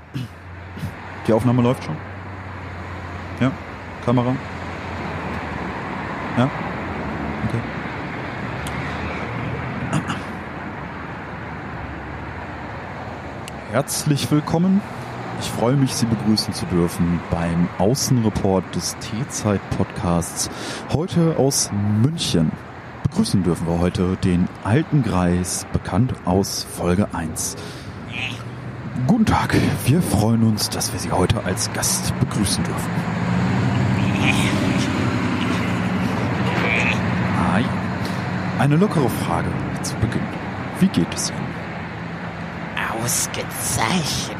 Die Aufnahme läuft schon? Ja? Kamera? Ja? Okay. Herzlich willkommen. Ich freue mich, Sie begrüßen zu dürfen beim Außenreport des T-Zeit-Podcasts. Heute aus München. Begrüßen dürfen wir heute den alten Greis, bekannt aus Folge 1. Guten Tag, wir freuen uns, dass wir Sie heute als Gast begrüßen dürfen. Hi. Eine lockere Frage zu Beginn. Wie geht es Ihnen? Ausgezeichnet.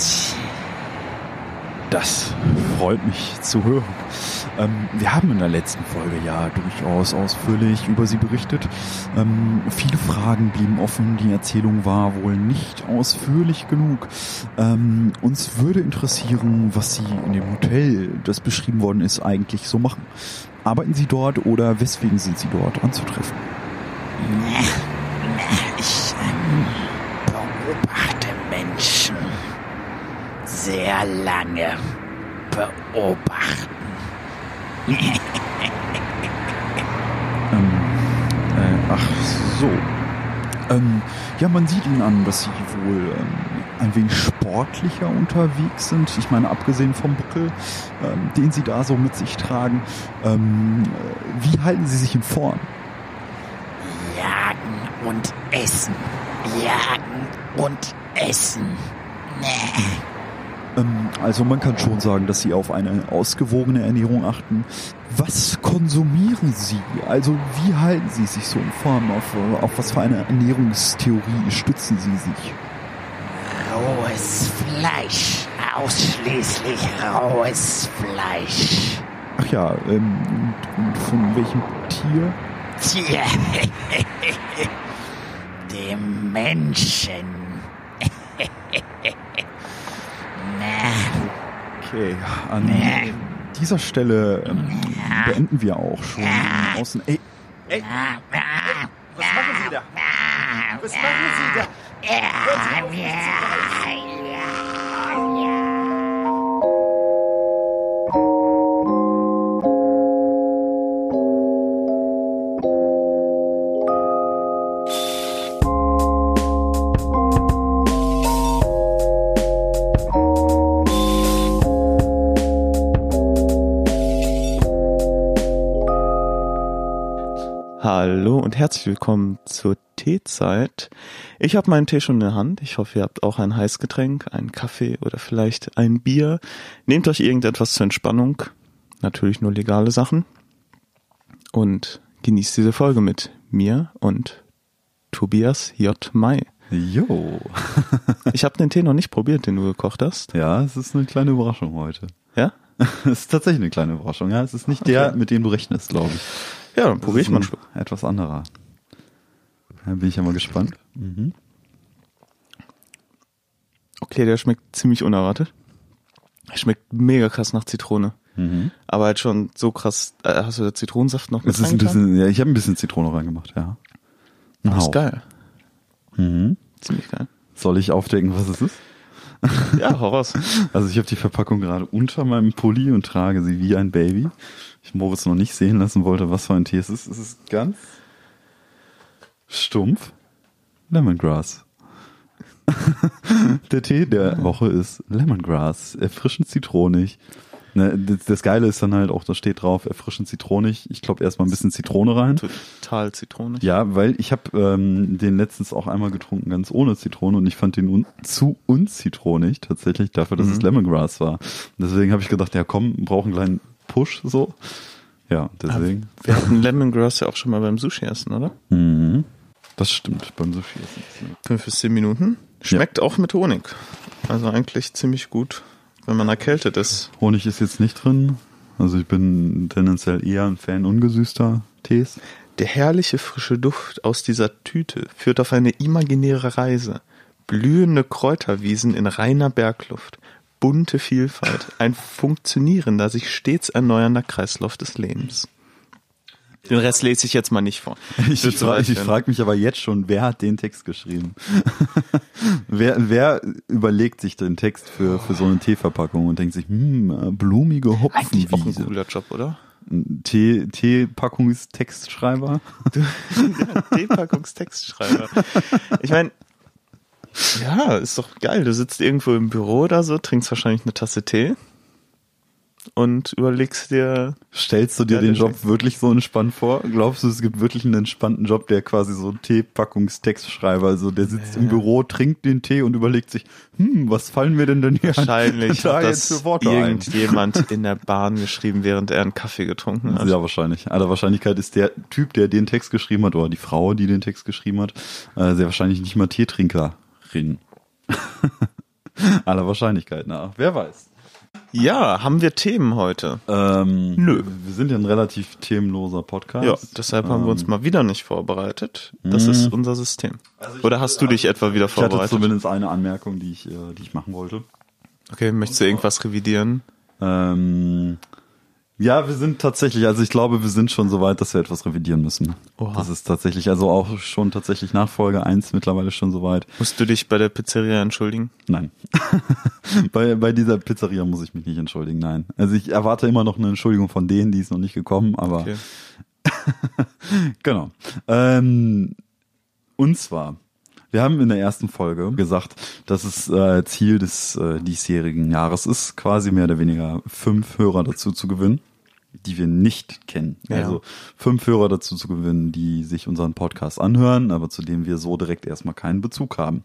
Das freut mich zu hören. Wir haben in der letzten Folge ja durchaus ausführlich über Sie berichtet. Viele Fragen blieben offen. Die Erzählung war wohl nicht ausführlich genug. Uns würde interessieren, was Sie in dem Hotel, das beschrieben worden ist, eigentlich so machen. Arbeiten Sie dort oder weswegen sind Sie dort anzutreffen? Ich beobachte Menschen sehr lange beobachten. Ach so. Ja, man sieht Ihnen an, dass Sie wohl ein wenig sportlicher unterwegs sind. Ich meine, abgesehen vom Buckel, den Sie da so mit sich tragen. Wie halten Sie sich in Form? Jagen und essen. Jagen und essen. Also man kann schon sagen, dass Sie auf eine ausgewogene Ernährung achten. Was konsumieren Sie? Also wie halten Sie sich so in Form? Auf was für eine Ernährungstheorie stützen Sie sich? Rohes Fleisch. Ausschließlich rohes Fleisch. Ach ja, und von welchem Tier? Tier. Dem Menschen. Okay, an dieser Stelle beenden wir auch schon außen. Ey, was machen Sie da? Was machen Sie da? Hören Sie auf, mich zu beißen. Hallo und herzlich willkommen zur Teezeit. Ich habe meinen Tee schon in der Hand. Ich hoffe, ihr habt auch ein Heißgetränk, einen Kaffee oder vielleicht ein Bier. Nehmt euch irgendetwas zur Entspannung. Natürlich nur legale Sachen. Und genießt diese Folge mit mir und Tobias J. May. Jo. Ich habe den Tee noch nicht probiert, den du gekocht hast. Ja, es ist eine kleine Überraschung heute. Ja? Es ist tatsächlich eine kleine Überraschung. Ja, es ist nicht der, mit dem du rechnest, glaube ich. Ja, dann probiere ich mal einen Schluck. Etwas anderer. Da bin ich ja mal gespannt. Mhm. Okay, der schmeckt ziemlich unerwartet. Er schmeckt mega krass nach Zitrone. Mhm. Aber halt schon so krass. Hast du da Zitronensaft noch mit Es ist ein bisschen, ja, ich habe ein bisschen Zitrone reingemacht, ja. Das ist geil. Mhm. Ziemlich geil. Soll ich aufdecken, was es ist? Ja, hau raus. Also ich habe die Verpackung gerade unter meinem Pulli und trage sie wie ein Baby. Ich Moritz noch nicht sehen lassen wollte, was für ein Tee es ist. Es ist ganz stumpf. Lemongrass. Der Tee der Woche ist Lemongrass. Erfrischend zitronig. Ne, das Geile ist dann halt auch, da steht drauf, erfrischend zitronig. Ich glaube erstmal ein bisschen Zitrone rein. Total zitronig. Ja, weil ich habe den letztens auch einmal getrunken, ganz ohne Zitrone, und ich fand den zu unzitronig tatsächlich dafür, dass es Lemongrass war. Und deswegen habe ich gedacht, ja komm, brauchen einen kleinen Push so. Ja, deswegen. Wir hatten Lemongrass ja auch schon mal beim Sushi-Essen, oder? Mhm. Das stimmt, beim Sushi-Essen. 5 bis 10 Minuten. Schmeckt auch mit Honig. Also eigentlich ziemlich gut, wenn man erkältet ist. Honig ist jetzt nicht drin. Also ich bin tendenziell eher ein Fan ungesüßter Tees. Der herrliche frische Duft aus dieser Tüte führt auf eine imaginäre Reise. Blühende Kräuterwiesen in reiner Bergluft. Bunte Vielfalt. Ein funktionierender, sich stets erneuernder Kreislauf des Lebens. Den Rest lese ich jetzt mal nicht vor. Ich frage mich aber jetzt schon, wer hat den Text geschrieben? Wer überlegt sich den Text für so eine Teeverpackung und denkt sich, blumige Eigentlich auch ein Hopfenwiese. cooler Job, oder? Teepackungstextschreiber. Ja, Teepackungstextschreiber. Ich meine, ja, ist doch geil. Du sitzt irgendwo im Büro oder so, trinkst wahrscheinlich eine Tasse Tee und überlegst dir... Stellst du dir den Job wirklich so entspannt vor? Glaubst du, es gibt wirklich einen entspannten Job, der quasi so ein Teepackungstextschreiber, also der sitzt im Büro, trinkt den Tee und überlegt sich, was fallen mir denn hier Wahrscheinlich da hat jetzt das für Worte ein? irgendjemand in der Bahn geschrieben, während er einen Kaffee getrunken hat. Ja, wahrscheinlich. Aller Wahrscheinlichkeit ist der Typ, der den Text geschrieben hat, oder die Frau, die den Text geschrieben hat, sehr wahrscheinlich nicht mal Teetrinkerin. Aller Wahrscheinlichkeit nach. Wer weiß. Ja, haben wir Themen heute? Nö. Wir sind ja ein relativ themenloser Podcast. Ja, deshalb haben wir uns mal wieder nicht vorbereitet. Das ist unser System. Oder hast du dich etwa wieder Ich hatte vorbereitet? zumindest eine Anmerkung, die ich machen wollte. Okay, möchtest du irgendwas revidieren? Ja, wir sind tatsächlich, also ich glaube, wir sind schon so weit, dass wir etwas revidieren müssen. Oha. Das ist tatsächlich, also auch schon tatsächlich nach Folge 1 mittlerweile schon so weit. Musst du dich bei der Pizzeria entschuldigen? Nein. bei dieser Pizzeria muss ich mich nicht entschuldigen, nein. Also ich erwarte immer noch eine Entschuldigung von denen, die ist noch nicht gekommen, aber Okay. genau. Und zwar, wir haben in der ersten Folge gesagt, dass es Ziel des diesjährigen Jahres ist, quasi mehr oder weniger 5 Hörer dazu zu gewinnen, die wir nicht kennen. Ja. Also 5 Hörer dazu zu gewinnen, die sich unseren Podcast anhören, aber zu dem wir so direkt erstmal keinen Bezug haben.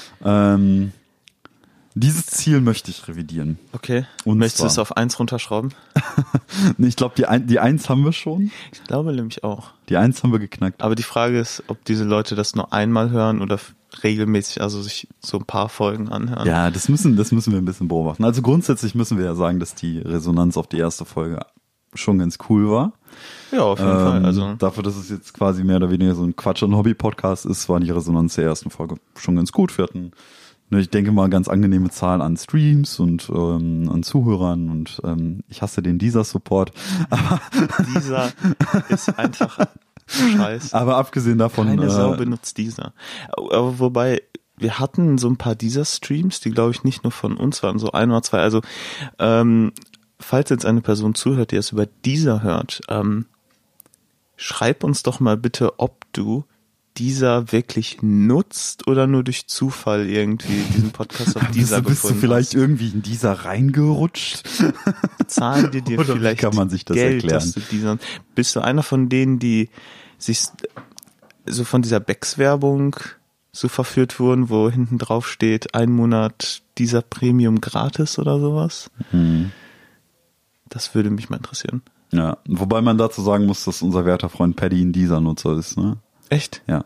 Dieses Ziel möchte ich revidieren. Okay. Und Möchtest du zwar- es auf 1 runterschrauben? Ich glaube, die 1 haben wir schon. Ich glaube nämlich auch. Die 1 haben wir geknackt. Aber die Frage ist, ob diese Leute das nur einmal hören oder regelmäßig, also sich so ein paar Folgen anhören. Ja, das müssen wir ein bisschen beobachten. Also grundsätzlich müssen wir ja sagen, dass die Resonanz auf die erste Folge schon ganz cool war. Ja, auf jeden Fall. Also Dafür, dass es jetzt quasi mehr oder weniger so ein Quatsch- und Hobby-Podcast ist, war die Resonanz der ersten Folge schon ganz gut. Wir hatten, ich denke mal, ganz angenehme Zahlen an Streams und an Zuhörern und ich hasse den Deezer-Support. dieser ist einfach Scheiß. Aber abgesehen davon... Keine Sau benutzt dieser. Aber wobei, wir hatten so ein paar dieser Streams, die glaube ich nicht nur von uns waren, so 1 oder 2. Also falls jetzt eine Person zuhört, die es über dieser hört, schreib uns doch mal bitte, ob du dieser wirklich nutzt oder nur durch Zufall irgendwie diesen Podcast auf dieser bist du gefunden vielleicht hast. irgendwie in dieser reingerutscht? Zahlen die dir Oder wie vielleicht kann man sich das Geld, erklären? dass du dieser, bist du einer von denen, die sich so von dieser Becks-Werbung so verführt wurden, wo hinten drauf steht, 1 Monat dieser Premium gratis oder sowas? Das würde mich mal interessieren. Ja, wobei man dazu sagen muss, dass unser werter Freund Paddy ein Deezer-Nutzer ist, ne? Echt? Ja.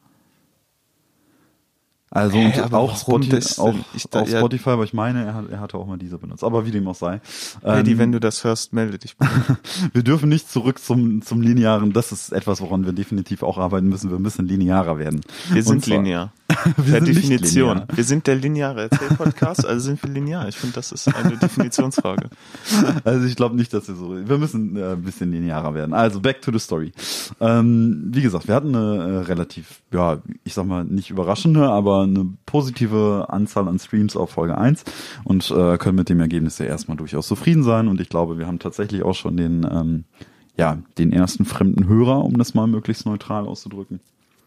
Also und aber auch, warum Spotify, das denn? auch Spotify, aber ich meine, er hatte auch mal Deezer benutzt. Aber wie dem auch sei. Paddy, wenn du das hörst, melde dich bitte. Wir dürfen nicht zurück zum Linearen. Das ist etwas, woran wir definitiv auch arbeiten müssen. Wir müssen linearer werden. Wir Und sind zwar- linear. Wir Per sind nicht Definition. linear. Wir sind der lineare Erzählpodcast, also sind wir linear. Ich finde, das ist eine Definitionsfrage. Also ich glaube nicht, dass wir müssen ein bisschen linearer werden. Also back to the story. Wie gesagt, wir hatten eine relativ, ja, ich sag mal nicht überraschende, aber eine positive Anzahl an Streams auf Folge 1 und können mit dem Ergebnis ja erstmal durchaus zufrieden sein. Und ich glaube, wir haben tatsächlich auch schon den ersten fremden Hörer, um das mal möglichst neutral auszudrücken.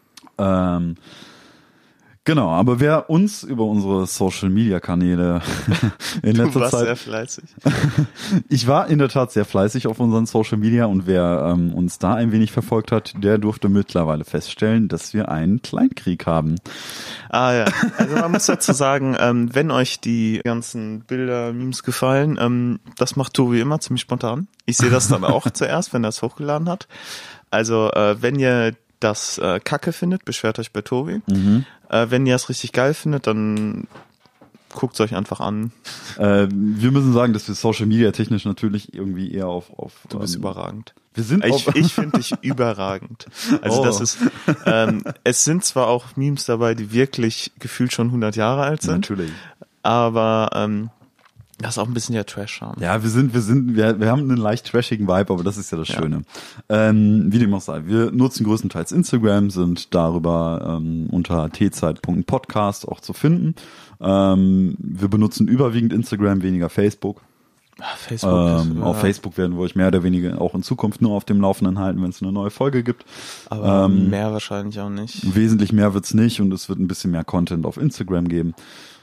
Genau, aber wer uns über unsere Social-Media-Kanäle in Du letzter warst Zeit... sehr fleißig. Ich war in der Tat sehr fleißig auf unseren Social Media und wer uns da ein wenig verfolgt hat, der durfte mittlerweile feststellen, dass wir einen Kleinkrieg haben. Ah ja, also man muss dazu sagen, wenn euch die ganzen Bilder, Memes gefallen, das macht Tobi immer ziemlich spontan. Ich sehe das dann auch zuerst, wenn er es hochgeladen hat. Also wenn ihr das Kacke findet, beschwert euch bei Tobi. Wenn ihr es richtig geil findet, dann guckt es euch einfach an. Wir müssen sagen, dass wir Social Media technisch natürlich irgendwie eher auf Du bist überragend. wir sind Ich auf, finde dich überragend. Also Oh. das ist, es sind zwar auch Memes dabei, die wirklich gefühlt schon 100 Jahre alt sind, natürlich. aber Das ist auch ein bisschen der Trash-Charme. Ja, wir haben einen leicht trashigen Vibe, aber das ist ja das Schöne. Wie dem auch sei, wir nutzen größtenteils Instagram, sind darüber unter tzeit.podcast auch zu finden. Wir benutzen überwiegend Instagram, weniger Facebook. Facebook auf Facebook werden wir euch mehr oder weniger auch in Zukunft nur auf dem Laufenden halten, wenn es eine neue Folge gibt. Aber mehr wahrscheinlich auch nicht. Wesentlich mehr wird's nicht und es wird ein bisschen mehr Content auf Instagram geben.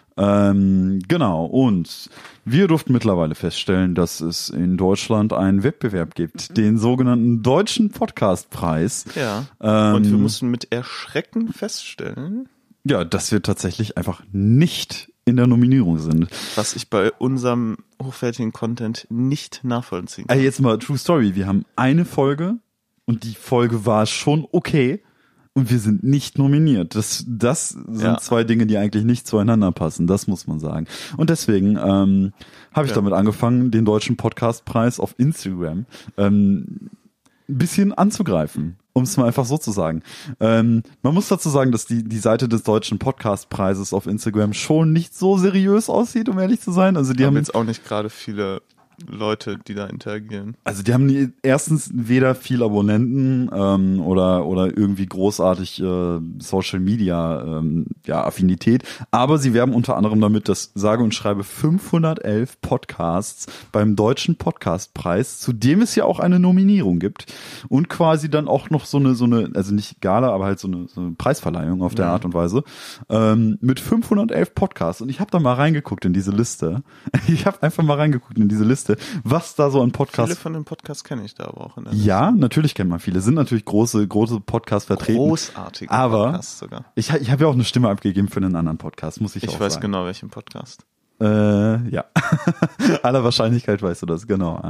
Genau, und wir durften mittlerweile feststellen, dass es in Deutschland einen Wettbewerb gibt, den sogenannten Deutschen Podcastpreis. Ja, und wir mussten mit Erschrecken feststellen, ja, dass wir tatsächlich einfach nicht in der Nominierung sind. Was ich bei unserem hochwertigen Content nicht nachvollziehen kann. Also jetzt mal True Story, wir haben eine Folge und die Folge war schon okay. Und wir sind nicht nominiert. Das sind zwei Dinge, die eigentlich nicht zueinander passen. Das muss man sagen. Und deswegen habe ich damit angefangen, den Deutschen Podcastpreis auf Instagram ein bisschen anzugreifen. Um es mal einfach so zu sagen. Man muss dazu sagen, dass die Seite des Deutschen Podcastpreises auf Instagram schon nicht so seriös aussieht, um ehrlich zu sein. Also die haben jetzt auch nicht gerade viele Leute, die da interagieren. Also die haben erstens weder viel Abonnenten oder irgendwie großartig Social Media Affinität, aber sie werben unter anderem damit, dass sage und schreibe 511 Podcasts beim Deutschen Podcastpreis, zu dem es ja auch eine Nominierung gibt und quasi dann auch noch so eine also nicht Gala, aber halt so eine Preisverleihung auf der Art und Weise mit 511 Podcasts. Und ich habe da mal reingeguckt in diese Liste. Ich habe einfach mal reingeguckt in diese Liste, was da so an Podcasts... Viele von den Podcasts kenne ich da aber auch. Ja, natürlich kennt man viele. Sind natürlich große Podcasts vertreten. Großartige aber Podcasts sogar. Ich habe ja auch eine Stimme abgegeben für einen anderen Podcast, muss ich auch sagen. Ich weiß genau, welchen Podcast. Ja. Aller Wahrscheinlichkeit weißt du das, genau.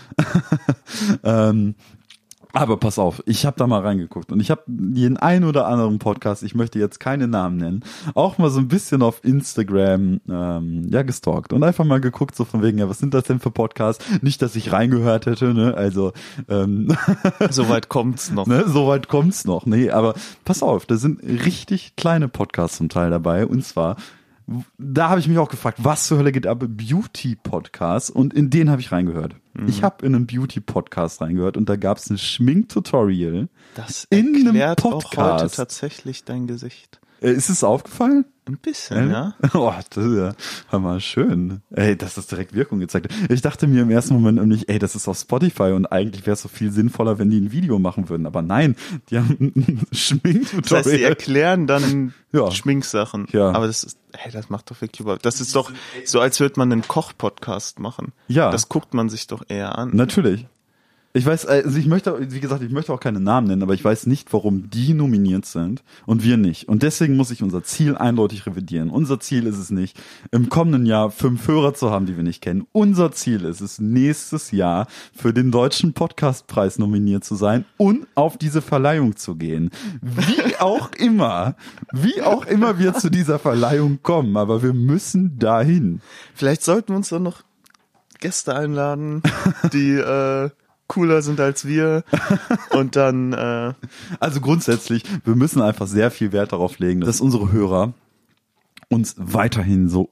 Ja. Aber pass auf, ich habe da mal reingeguckt und ich habe den einen oder anderen Podcast, ich möchte jetzt keine Namen nennen, auch mal so ein bisschen auf Instagram gestalkt und einfach mal geguckt, so von wegen, ja, was sind das denn für Podcasts? Nicht, dass ich reingehört hätte, ne? Also Soweit kommt's noch. Ne? Soweit kommt's noch. Nee, aber pass auf, da sind richtig kleine Podcasts zum Teil dabei und zwar da habe ich mich auch gefragt, was zur Hölle geht ab? Beauty-Podcasts und in den habe ich reingehört. Ich habe in einen Beauty-Podcast reingehört und da gab es ein Schminktutorial das in einem erklärt Podcast. Auch heute tatsächlich dein Gesicht. Ist es aufgefallen? Ein bisschen, ja. Oh, das ist ja hammer schön. Ey, dass das direkt Wirkung gezeigt hat. Ich dachte mir im ersten Moment nämlich, ey, das ist auf Spotify und eigentlich wäre es so viel sinnvoller, wenn die ein Video machen würden. Aber nein, die haben ein Schminktutorial. Das heißt, die erklären dann Ja. Schminksachen. Ja. Aber das macht doch wirklich überhaupt. Das ist doch so, als würde man einen Koch-Podcast machen. Ja. Das guckt man sich doch eher an. Natürlich. Ich weiß, also ich möchte auch keine Namen nennen, aber ich weiß nicht, warum die nominiert sind und wir nicht. Und deswegen muss ich unser Ziel eindeutig revidieren. Unser Ziel ist es nicht, im kommenden Jahr 5 Hörer zu haben, die wir nicht kennen. Unser Ziel ist es, nächstes Jahr für den Deutschen Podcastpreis nominiert zu sein und auf diese Verleihung zu gehen. Wie auch immer wir zu dieser Verleihung kommen, aber wir müssen dahin. Vielleicht sollten wir uns dann noch Gäste einladen, die cooler sind als wir und dann Also grundsätzlich, wir müssen einfach sehr viel Wert darauf legen, dass unsere Hörer uns weiterhin so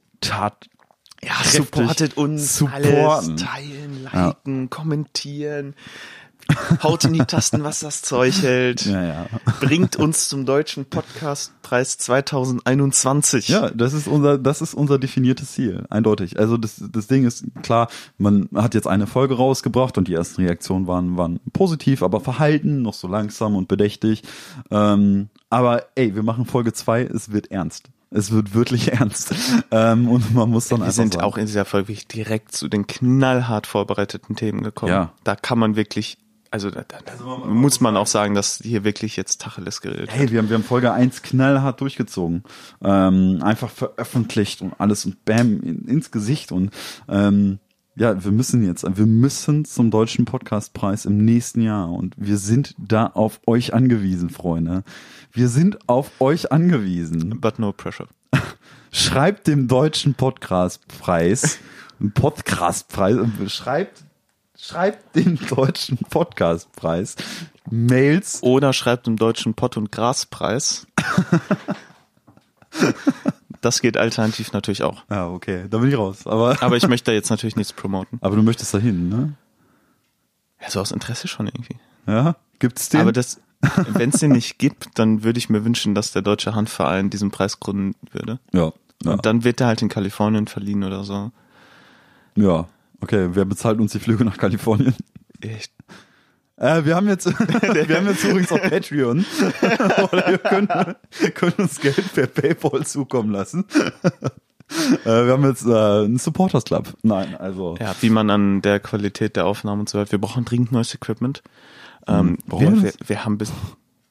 supportet uns, supporten. alles teilen, liken, kommentieren, haut in die Tasten, was das Zeug hält. Ja. Bringt uns zum Deutschen Podcastpreis 2021. Ja, das ist unser definiertes Ziel, eindeutig. Also das Ding ist klar, man hat jetzt eine Folge rausgebracht und die ersten Reaktionen waren positiv, aber verhalten, noch so langsam und bedächtig. Aber ey, wir machen Folge 2, es wird ernst. Es wird wirklich ernst. Und man muss dann wir einfach sind sagen, auch in dieser Folge wirklich direkt zu den knallhart vorbereiteten Themen gekommen. Ja. Da kann man wirklich, also da muss man auch sagen, dass hier wirklich jetzt Tacheles geredet wird. hey, wir haben Folge 1 knallhart durchgezogen. Einfach veröffentlicht und alles und bam, ins Gesicht und ja, wir müssen zum Deutschen Podcastpreis im nächsten Jahr und wir sind da auf euch angewiesen, Freunde. Wir sind auf euch angewiesen. But no pressure. Schreibt dem Deutschen Podcastpreis, schreibt dem Deutschen Podcastpreis Mails. Oder schreibt im Deutschen Pott- und Graspreis. das geht alternativ natürlich auch. Ja, okay, da bin ich raus. Aber ich möchte da jetzt natürlich nichts promoten. aber du möchtest da hin, ne? Ja, so aus Interesse schon irgendwie. Ja, gibt's den? Aber wenn es den nicht gibt, dann würde ich mir wünschen, dass der Deutsche Handverein diesen Preis gründen würde. Ja. Und dann wird der halt in Kalifornien verliehen oder so. Ja, okay, wer bezahlt uns die Flüge nach Kalifornien? Echt? Wir haben jetzt übrigens auch Patreon. Oder ihr könnt uns Geld per PayPal zukommen lassen. Wir haben jetzt einen Supporters Club. Nein, also. Ja, wie man an der Qualität der Aufnahmen und so weiter. Wir brauchen dringend neues Equipment. Wir haben bis.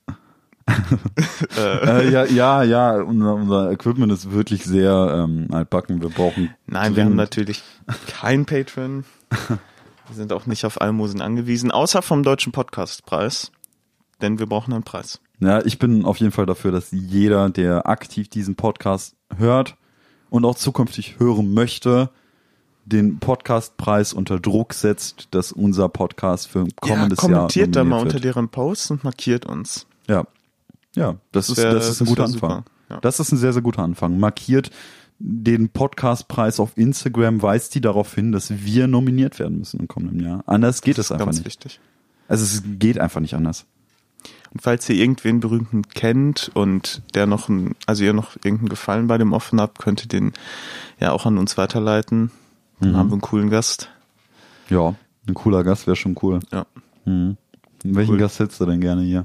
Ja, unser Equipment ist wirklich sehr altbacken. Wir brauchen. Nein, wir haben natürlich kein Patreon. Wir sind auch nicht auf Almosen angewiesen, außer vom Deutschen Podcastpreis, denn wir brauchen einen Preis. Ja, ich bin auf jeden Fall dafür, dass jeder, der aktiv diesen Podcast hört und auch zukünftig hören möchte, den Podcastpreis unter Druck setzt, dass unser Podcast für kommendes Jahr kommentiert da mal wird. unter deren Posts und markiert uns. Ja, das ist ein guter Anfang. Ja. Das ist ein sehr, sehr guter Anfang. Markiert den Podcastpreis auf Instagram, weist die darauf hin, dass wir nominiert werden müssen im kommenden Jahr. Anders geht es einfach nicht. Ganz wichtig. Also es geht einfach nicht anders. Und falls ihr irgendwen Berühmten kennt und ihr noch irgendeinen Gefallen bei dem offen habt, könnt ihr den ja auch an uns weiterleiten. Dann haben wir einen coolen Gast. Ja, ein cooler Gast wäre schon cool. Ja. Welchen Gast hättest du denn gerne hier?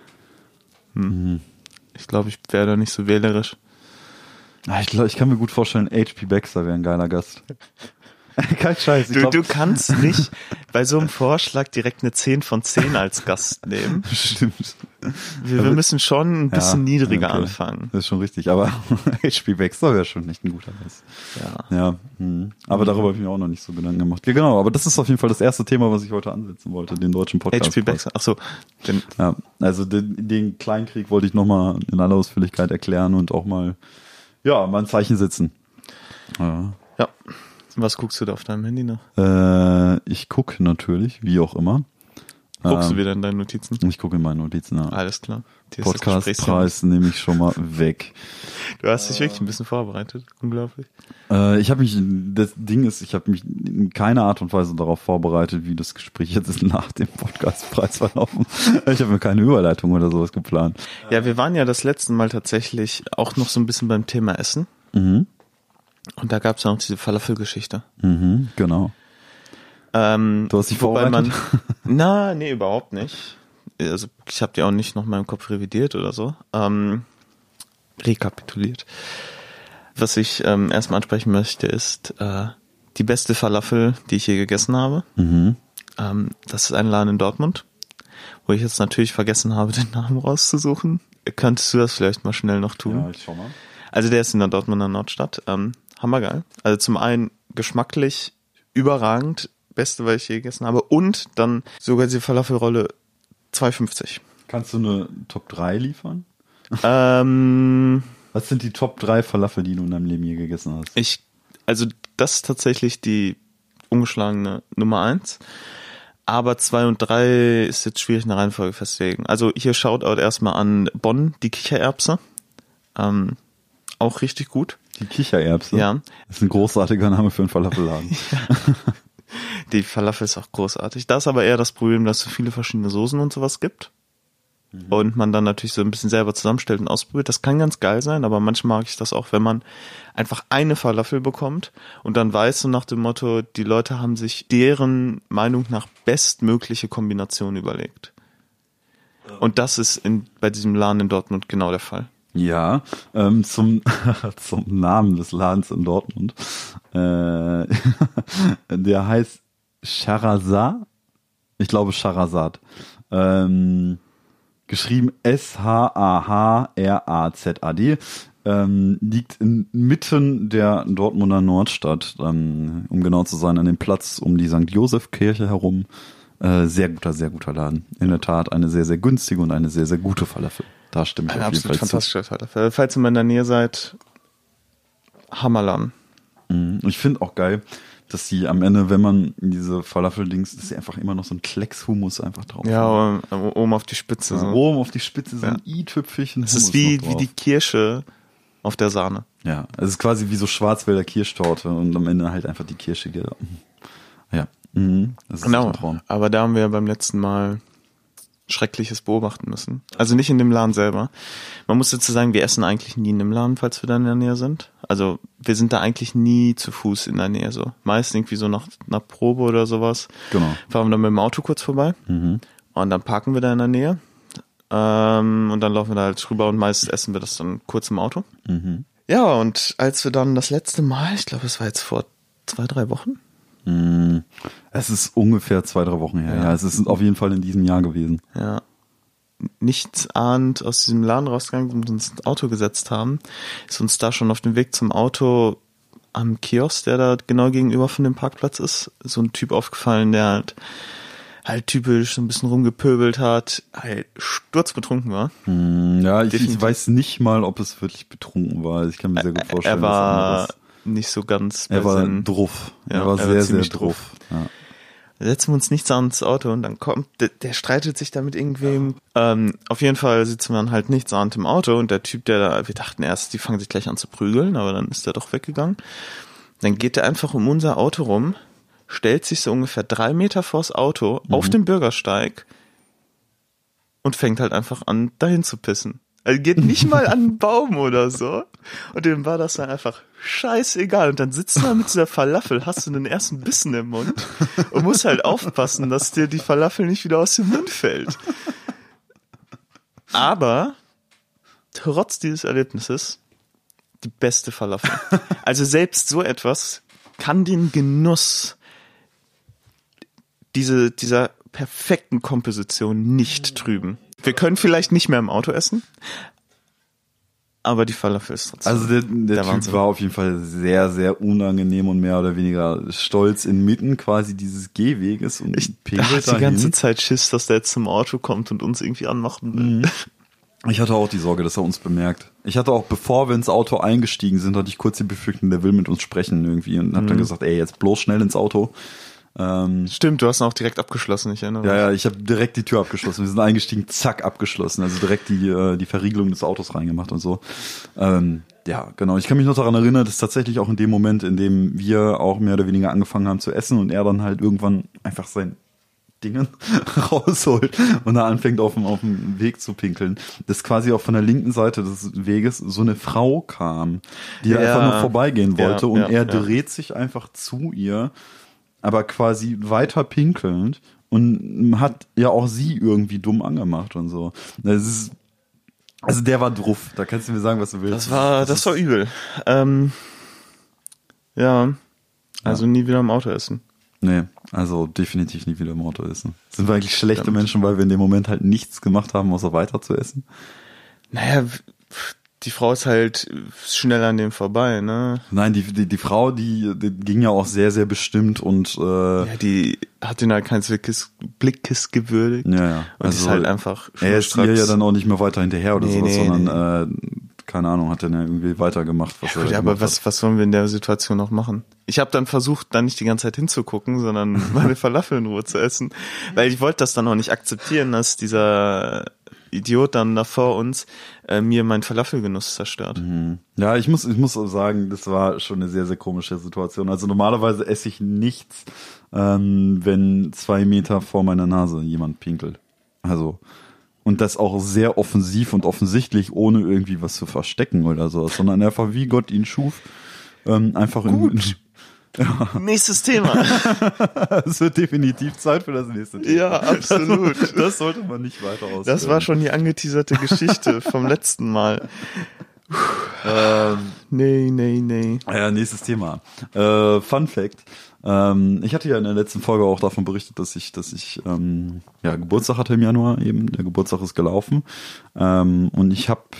Ich glaube, ich wäre da nicht so wählerisch. Ich kann mir gut vorstellen, H.P. Baxter wäre ein geiler Gast. Kein Scheiß. Du kannst nicht bei so einem Vorschlag direkt eine 10 von 10 als Gast nehmen. Stimmt. Wir müssen schon ein bisschen niedriger anfangen. Das ist schon richtig, aber H.P. Baxter wäre schon nicht ein guter Gast. Ja. Aber darüber habe ich mir auch noch nicht so Gedanken gemacht. Ja, genau, aber das ist auf jeden Fall das erste Thema, was ich heute ansetzen wollte, den deutschen Podcast. H.P. Baxter, ach so. Ja, also den Kleinkrieg wollte ich nochmal in aller Ausführlichkeit erklären und auch mal ein Zeichen setzen. Ja. Was guckst du da auf deinem Handy noch? Ich gucke natürlich, wie auch immer. Guckst du wieder in deine Notizen? Ich gucke in meine Notizen, ja. Alles klar. Podcastpreis nehme ich schon mal weg. Du hast dich wirklich ein bisschen vorbereitet. Unglaublich. Das Ding ist, ich habe mich in keiner Art und Weise darauf vorbereitet, wie das Gespräch jetzt ist nach dem Podcastpreis verlaufen. Ich habe mir keine Überleitung oder sowas geplant. Ja, wir waren ja das letzte Mal tatsächlich auch noch so ein bisschen beim Thema Essen. Und da gab es ja noch diese Falafel-Geschichte. Genau. Du hast dich vorbereitet? Nee, überhaupt nicht. Also ich habe die auch nicht noch in meinem Kopf revidiert oder so. Rekapituliert. Was ich erstmal ansprechen möchte, ist die beste Falafel, die ich je gegessen habe. Das ist ein Laden in Dortmund, wo ich jetzt natürlich vergessen habe, den Namen rauszusuchen. Könntest du das vielleicht mal schnell noch tun? Ja, ich schau mal. Also der ist in der Dortmunder Nordstadt. Hammergeil. Also zum einen geschmacklich überragend. Beste, was ich je gegessen habe. Und dann sogar diese Falafelrolle 2,50. Kannst du eine Top 3 liefern? Was sind die Top 3 Falafel, die du in deinem Leben je gegessen hast? Also das ist tatsächlich die ungeschlagene Nummer 1. Aber 2 und 3 ist jetzt schwierig in der Reihenfolge festzulegen. Also hier Shoutout erstmal an Bonn, die Kichererbse. Auch richtig gut. Die Kichererbse? Ja. Das ist ein großartiger Name für einen Falafelladen. Die Falafel ist auch großartig. Da ist aber eher das Problem, dass es so viele verschiedene Soßen und sowas gibt. Und man dann natürlich so ein bisschen selber zusammenstellt und ausprobiert. Das kann ganz geil sein, aber manchmal mag ich das auch, wenn man einfach eine Falafel bekommt und dann weiß so nach dem Motto, die Leute haben sich deren Meinung nach bestmögliche Kombination überlegt. Und das ist bei diesem Laden in Dortmund genau der Fall. Ja, zum Namen des Ladens in Dortmund. Der heißt Charazad. Ich glaube Charazad. Geschrieben S-H-A-H-R-A-Z-A-D. Liegt inmitten der Dortmunder Nordstadt, um genau zu sein, an dem Platz um die St. Joseph-Kirche herum. Sehr guter Laden. In der Tat eine sehr, sehr günstige und eine sehr, sehr gute Falafel. Da stimme ich auf jeden Fall zu. Fantastischer Falafel. Falls ihr mal in der Nähe seid, Hammerladen. Ich finde auch geil, dass sie am Ende, wenn man diese Falafel-Dings, dass sie einfach immer noch so ein Klecks-Hummus einfach drauf haben. Ja, oben auf die Spitze. Ja, oben auf die Spitze so ein i-Tüpfelchen Hummus. Es ist wie die Kirsche auf der Sahne. Ja, es ist quasi wie so Schwarzwälder Kirschtorte und am Ende halt einfach die Kirsche. Ja, das ist Genau, ein Traum. aber da haben wir beim letzten Mal Schreckliches beobachten müssen. Also nicht in dem Laden selber. Man muss dazu sagen, wir essen eigentlich nie in dem Laden, falls wir da in der Nähe sind. Also wir sind da eigentlich nie zu Fuß in der Nähe so. Meist irgendwie so nach einer Probe oder sowas. Genau. Fahren wir dann mit dem Auto kurz vorbei und dann parken wir da in der Nähe und dann laufen wir da halt rüber und meist essen wir das dann kurz im Auto. Ja, und als wir dann das letzte Mal, ich glaube, es war jetzt vor 2-3 Wochen. Es ist ungefähr 2-3 Wochen her. Ja, es ist auf jeden Fall in diesem Jahr gewesen. Ja. Nichts ahnt aus diesem Laden rausgegangen und uns ins Auto gesetzt haben, ist uns da schon auf dem Weg zum Auto am Kiosk, der da genau gegenüber von dem Parkplatz ist, so ein Typ aufgefallen, der halt typisch so ein bisschen rumgepöbelt hat, halt sturzbetrunken war. Ja, ich weiß nicht mal, ob es wirklich betrunken war. Ich kann mir sehr gut vorstellen, er war dass nicht so ganz er war Sinn. druff. Ja, Er war sehr, sehr ziemlich druff. Ja. Da setzen wir uns nichts an ins Auto und dann kommt, der streitet sich da mit irgendwem. Auf jeden Fall sitzen wir dann halt nichts an im Auto und der Typ, wir dachten erst, die fangen sich gleich an zu prügeln, aber dann ist der doch weggegangen. Dann geht er einfach um unser Auto rum, stellt sich so ungefähr 3 Meter vors Auto auf dem Bürgersteig und fängt halt einfach an, dahin zu pissen. Also geht nicht mal an einen Baum oder so. Und dem war das dann einfach scheißegal. Und dann sitzt du da mit dieser Falafel, hast du den ersten Bissen im Mund und musst halt aufpassen, dass dir die Falafel nicht wieder aus dem Mund fällt. Aber trotz dieses Erlebnisses die beste Falafel. Also selbst so etwas kann den Genuss dieser perfekten Komposition nicht trüben. Wir können vielleicht nicht mehr im Auto essen, aber die Falafel ist trotzdem. Also der Typ war auf jeden Fall sehr, sehr unangenehm und mehr oder weniger stolz inmitten quasi dieses Gehweges und pinkelt die ganze Zeit Schiss, dass der jetzt zum Auto kommt und uns irgendwie anmachen will. Ich hatte auch die Sorge, dass er uns bemerkt. Ich hatte auch, bevor wir ins Auto eingestiegen sind, hatte ich kurz die Befürchtung, der will mit uns sprechen irgendwie und hab dann gesagt, ey, jetzt bloß schnell ins Auto. Stimmt, du hast ihn auch direkt abgeschlossen, ich erinnere mich. Ja, ich habe direkt die Tür abgeschlossen. Wir sind eingestiegen, zack, abgeschlossen. Also direkt die Verriegelung des Autos reingemacht und so. Ja, genau. Ich kann mich noch daran erinnern, dass tatsächlich auch in dem Moment, in dem wir auch mehr oder weniger angefangen haben zu essen und er dann halt irgendwann einfach sein Dingen rausholt und da anfängt auf dem Weg zu pinkeln, dass quasi auch von der linken Seite des Weges so eine Frau kam, die einfach nur vorbeigehen wollte und er dreht sich einfach zu ihr, aber quasi weiter pinkelnd und hat ja auch sie irgendwie dumm angemacht und so. Das ist, also der war druff, da kannst du mir sagen, was du willst. Das war übel. Also nie wieder im Auto essen. Nee, also definitiv nie wieder im Auto essen. Sind wir eigentlich schlechte Menschen, weil wir in dem Moment halt nichts gemacht haben, außer weiter zu essen? Naja, die Frau ist halt schnell an dem vorbei, ne? Nein, die Frau, die ging ja auch sehr, sehr bestimmt und die hat ihn halt kein Blickes gewürdigt. Ja. Und also, ist halt einfach er ist ihr ja dann auch nicht mehr weiter hinterher oder sowas, sondern keine Ahnung, hat dann ja irgendwie weitergemacht, was er aber was wollen wir in der Situation noch machen? Ich habe dann versucht, da nicht die ganze Zeit hinzugucken, sondern meine Falafel in Ruhe zu essen, weil ich wollte das dann auch nicht akzeptieren, dass dieser Idiot dann da vor uns mir meinen Falafelgenuss zerstört. Ja, ich muss sagen, das war schon eine sehr, sehr komische Situation. Also normalerweise esse ich nichts, wenn 2 Meter vor meiner Nase jemand pinkelt. Also und das auch sehr offensiv und offensichtlich, ohne irgendwie was zu verstecken oder so, sondern einfach wie Gott ihn schuf. Einfach Nächstes Thema. Es wird definitiv Zeit für das nächste Thema. Ja, absolut. Das sollte man nicht weiter ausführen. Das war schon die angeteaserte Geschichte vom letzten Mal. Nee. Ja, nächstes Thema. Fun Fact. Ich hatte ja in der letzten Folge auch davon berichtet, dass ich Geburtstag hatte im Januar eben. Der Geburtstag ist gelaufen. Und ich habe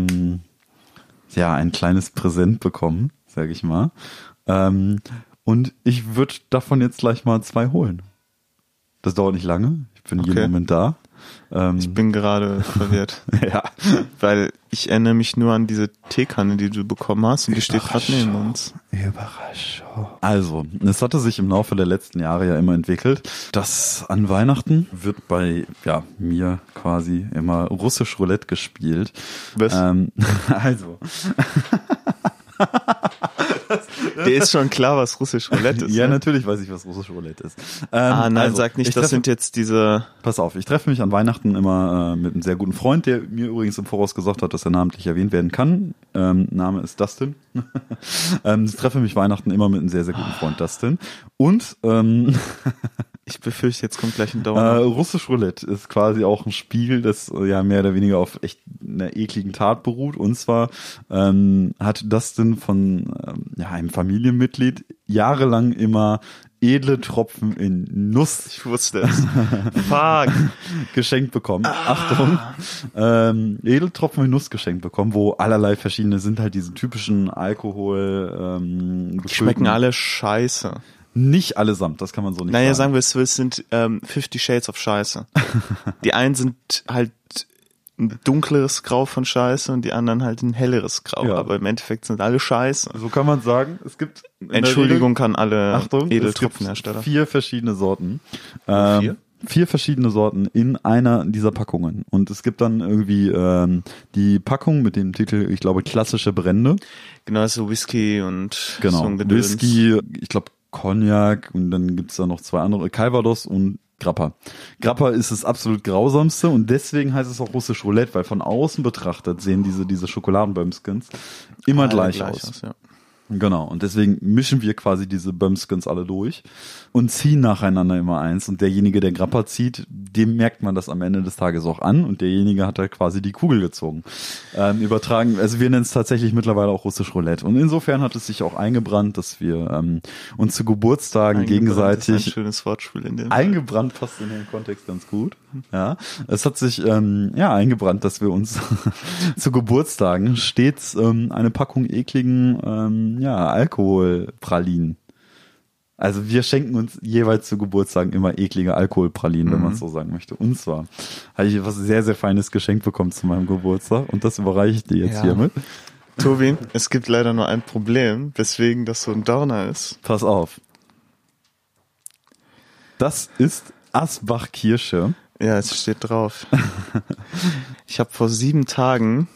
ein kleines Präsent bekommen, sage ich mal. Und ich würde davon jetzt gleich mal 2 holen. Das dauert nicht lange. Ich bin jeden Moment da. Ich bin gerade verwirrt. Ja. Weil ich erinnere mich nur an diese Teekanne, die du bekommen hast und die steht gerade neben uns. Überraschung. Also, es hatte sich im Laufe der letzten Jahre ja immer entwickelt, dass an Weihnachten wird bei mir quasi immer russisch Roulette gespielt. Was? Also. Dir ist schon klar, was russisch Roulette ist. Ja, ne? natürlich weiß ich, was russisch Roulette ist. Nein, sag nicht, das sind jetzt diese... Pass auf, ich treffe mich an Weihnachten immer mit einem sehr guten Freund, der mir übrigens im Voraus gesagt hat, dass er namentlich erwähnt werden kann. Name ist Dustin. Ich treffe mich Weihnachten immer mit einem sehr, sehr guten Freund, Dustin. Und ich befürchte, jetzt kommt gleich ein Downer. Russisch Roulette ist quasi auch ein Spiel, das ja mehr oder weniger auf echt einer ekligen Tat beruht. Und zwar hat Dustin von einem Familienmitglied jahrelang immer edle Tropfen in Nuss. Ich wusste es. Fuck. Geschenkt bekommen. Achtung. Edeltropfen in Nuss geschenkt bekommen, wo allerlei verschiedene sind, halt diese typischen Alkohol. Schmecken alle scheiße. Nicht allesamt, das kann man so nicht naja, sagen. sagen wir es sind 50 Shades of Scheiße. Die einen sind halt ein dunkleres Grau von Scheiße und die anderen halt ein helleres Grau. Ja. Aber im Endeffekt sind alle Scheiße. So kann man sagen. Es gibt Entschuldigung an alle Achtung, Edeltropfenhersteller. 4 verschiedene Sorten. 4? 4 verschiedene Sorten in einer dieser Packungen. Und es gibt dann irgendwie die Packung mit dem Titel, ich glaube, klassische Brände. Genau, so Whisky und Genau, so ein Gedöns. Whisky, ich glaube Cognac und dann gibt's da noch 2 andere, Calvados und Grappa. Grappa ist das absolut grausamste und deswegen heißt es auch russisch Roulette, weil von außen betrachtet sehen diese Schokoladenbömskens immer gleich aus. Ja. Genau, und deswegen mischen wir quasi diese Bömskens alle durch und ziehen nacheinander immer eins. Und derjenige, der Grappa zieht, dem merkt man das am Ende des Tages auch an und derjenige hat halt quasi die Kugel gezogen. Übertragen, also wir nennen es tatsächlich mittlerweile auch russisch Roulette. Und insofern hat es sich auch eingebrannt, dass wir uns zu Geburtstagen gegenseitig... Das ist ein schönes Wortspiel in dem Eingebrannt passt in dem Kontext ganz gut. Ja, es hat sich eingebrannt, dass wir uns zu Geburtstagen stets eine Packung ekligen Alkoholpralinen. Also wir schenken uns jeweils zu Geburtstagen immer eklige Alkoholpralinen, wenn man es so sagen möchte. Und zwar habe ich was sehr, sehr Feines geschenkt bekommen zu meinem Geburtstag und das überreiche ich dir jetzt hiermit. Tobi, es gibt leider nur ein Problem, weswegen das so ein Downer ist. Pass auf. Das ist Asbach-Kirsche. Ja, es steht drauf. Ich habe vor 7 Tagen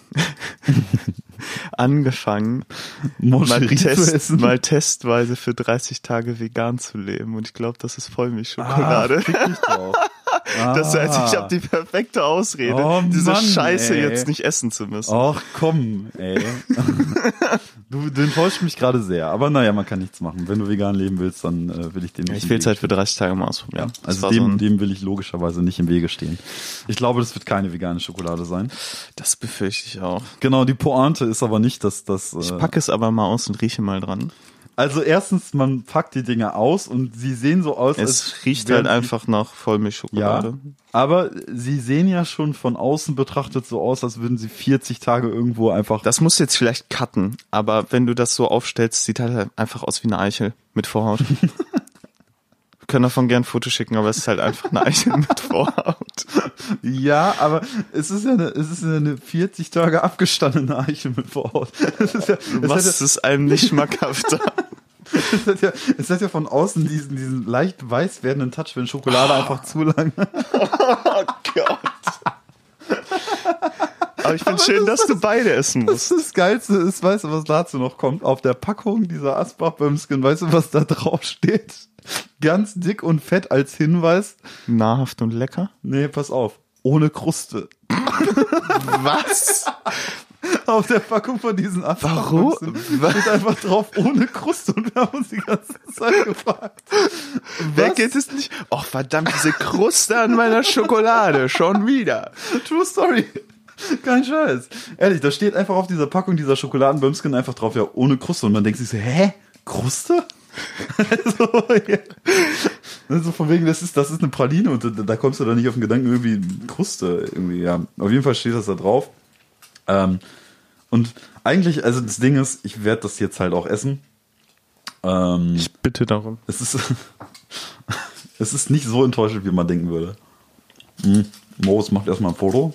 angefangen, mal testweise für 30 Tage vegan zu leben. Und ich glaube, das ist Vollmilchschokolade. Das heißt, ich habe die perfekte Ausrede, diese Scheiße jetzt nicht essen zu müssen. Ach komm, ey. Du enttäuschst mich gerade sehr. Aber naja, man kann nichts machen. Wenn du vegan leben willst, dann will ich den nicht. Ich will es halt für 30 Tage mal ausprobieren. Ja, also dem will ich logischerweise nicht im Wege stehen. Ich glaube, das wird keine vegane Schokolade sein. Das befürchte ich auch. Genau, die Pointe ist aber nicht, dass das... Ich packe es aber mal aus und rieche mal dran. Also erstens, man packt die Dinger aus und sie sehen so aus, es riecht halt einfach nach Vollmilchschokolade. Ja, aber sie sehen ja schon von außen betrachtet so aus, als würden sie 40 Tage irgendwo einfach... Das musst du jetzt vielleicht cutten, aber wenn du das so aufstellst, sieht halt einfach aus wie eine Eichel mit Vorhaut. Wir können davon gern ein Foto schicken, aber es ist halt einfach eine Eichel mit Vorhaut. Ja, aber es ist ja eine 40 Tage abgestandene Eichel mit Vorhaut. Was ist einem nicht schmackhafter? Es hat ja von außen diesen leicht weiß werdenden Touch, wenn Schokolade einfach zu lang... Oh Gott. Aber ich finde schön, dass du beide essen musst. Das Geilste ist, weißt du, was dazu noch kommt? Auf der Packung dieser Asbach-Bömsken, weißt du, was da drauf steht? Ganz dick und fett als Hinweis. Nahrhaft und lecker? Nee, pass auf. Ohne Kruste. Was? Auf der Packung von diesen Asbach-Bömsken steht einfach drauf, ohne Kruste. Und wir haben uns die ganze Zeit gefragt. Wer geht es nicht? Och, verdammt, diese Kruste an meiner Schokolade. Schon wieder. True Story. Kein Scheiß. Ehrlich, da steht einfach auf dieser Packung dieser Schokoladenbömsken einfach drauf, ja, ohne Kruste. Und man denkt sich so, hä? Kruste? Also von wegen, das ist eine Praline und da kommst du da nicht auf den Gedanken, irgendwie Kruste irgendwie, ja. Auf jeden Fall steht das da drauf. Und eigentlich, also das Ding ist, ich werde das jetzt halt auch essen. Ich bitte darum. Es ist nicht so enttäuschend, wie man denken würde. Moritz macht erstmal ein Foto.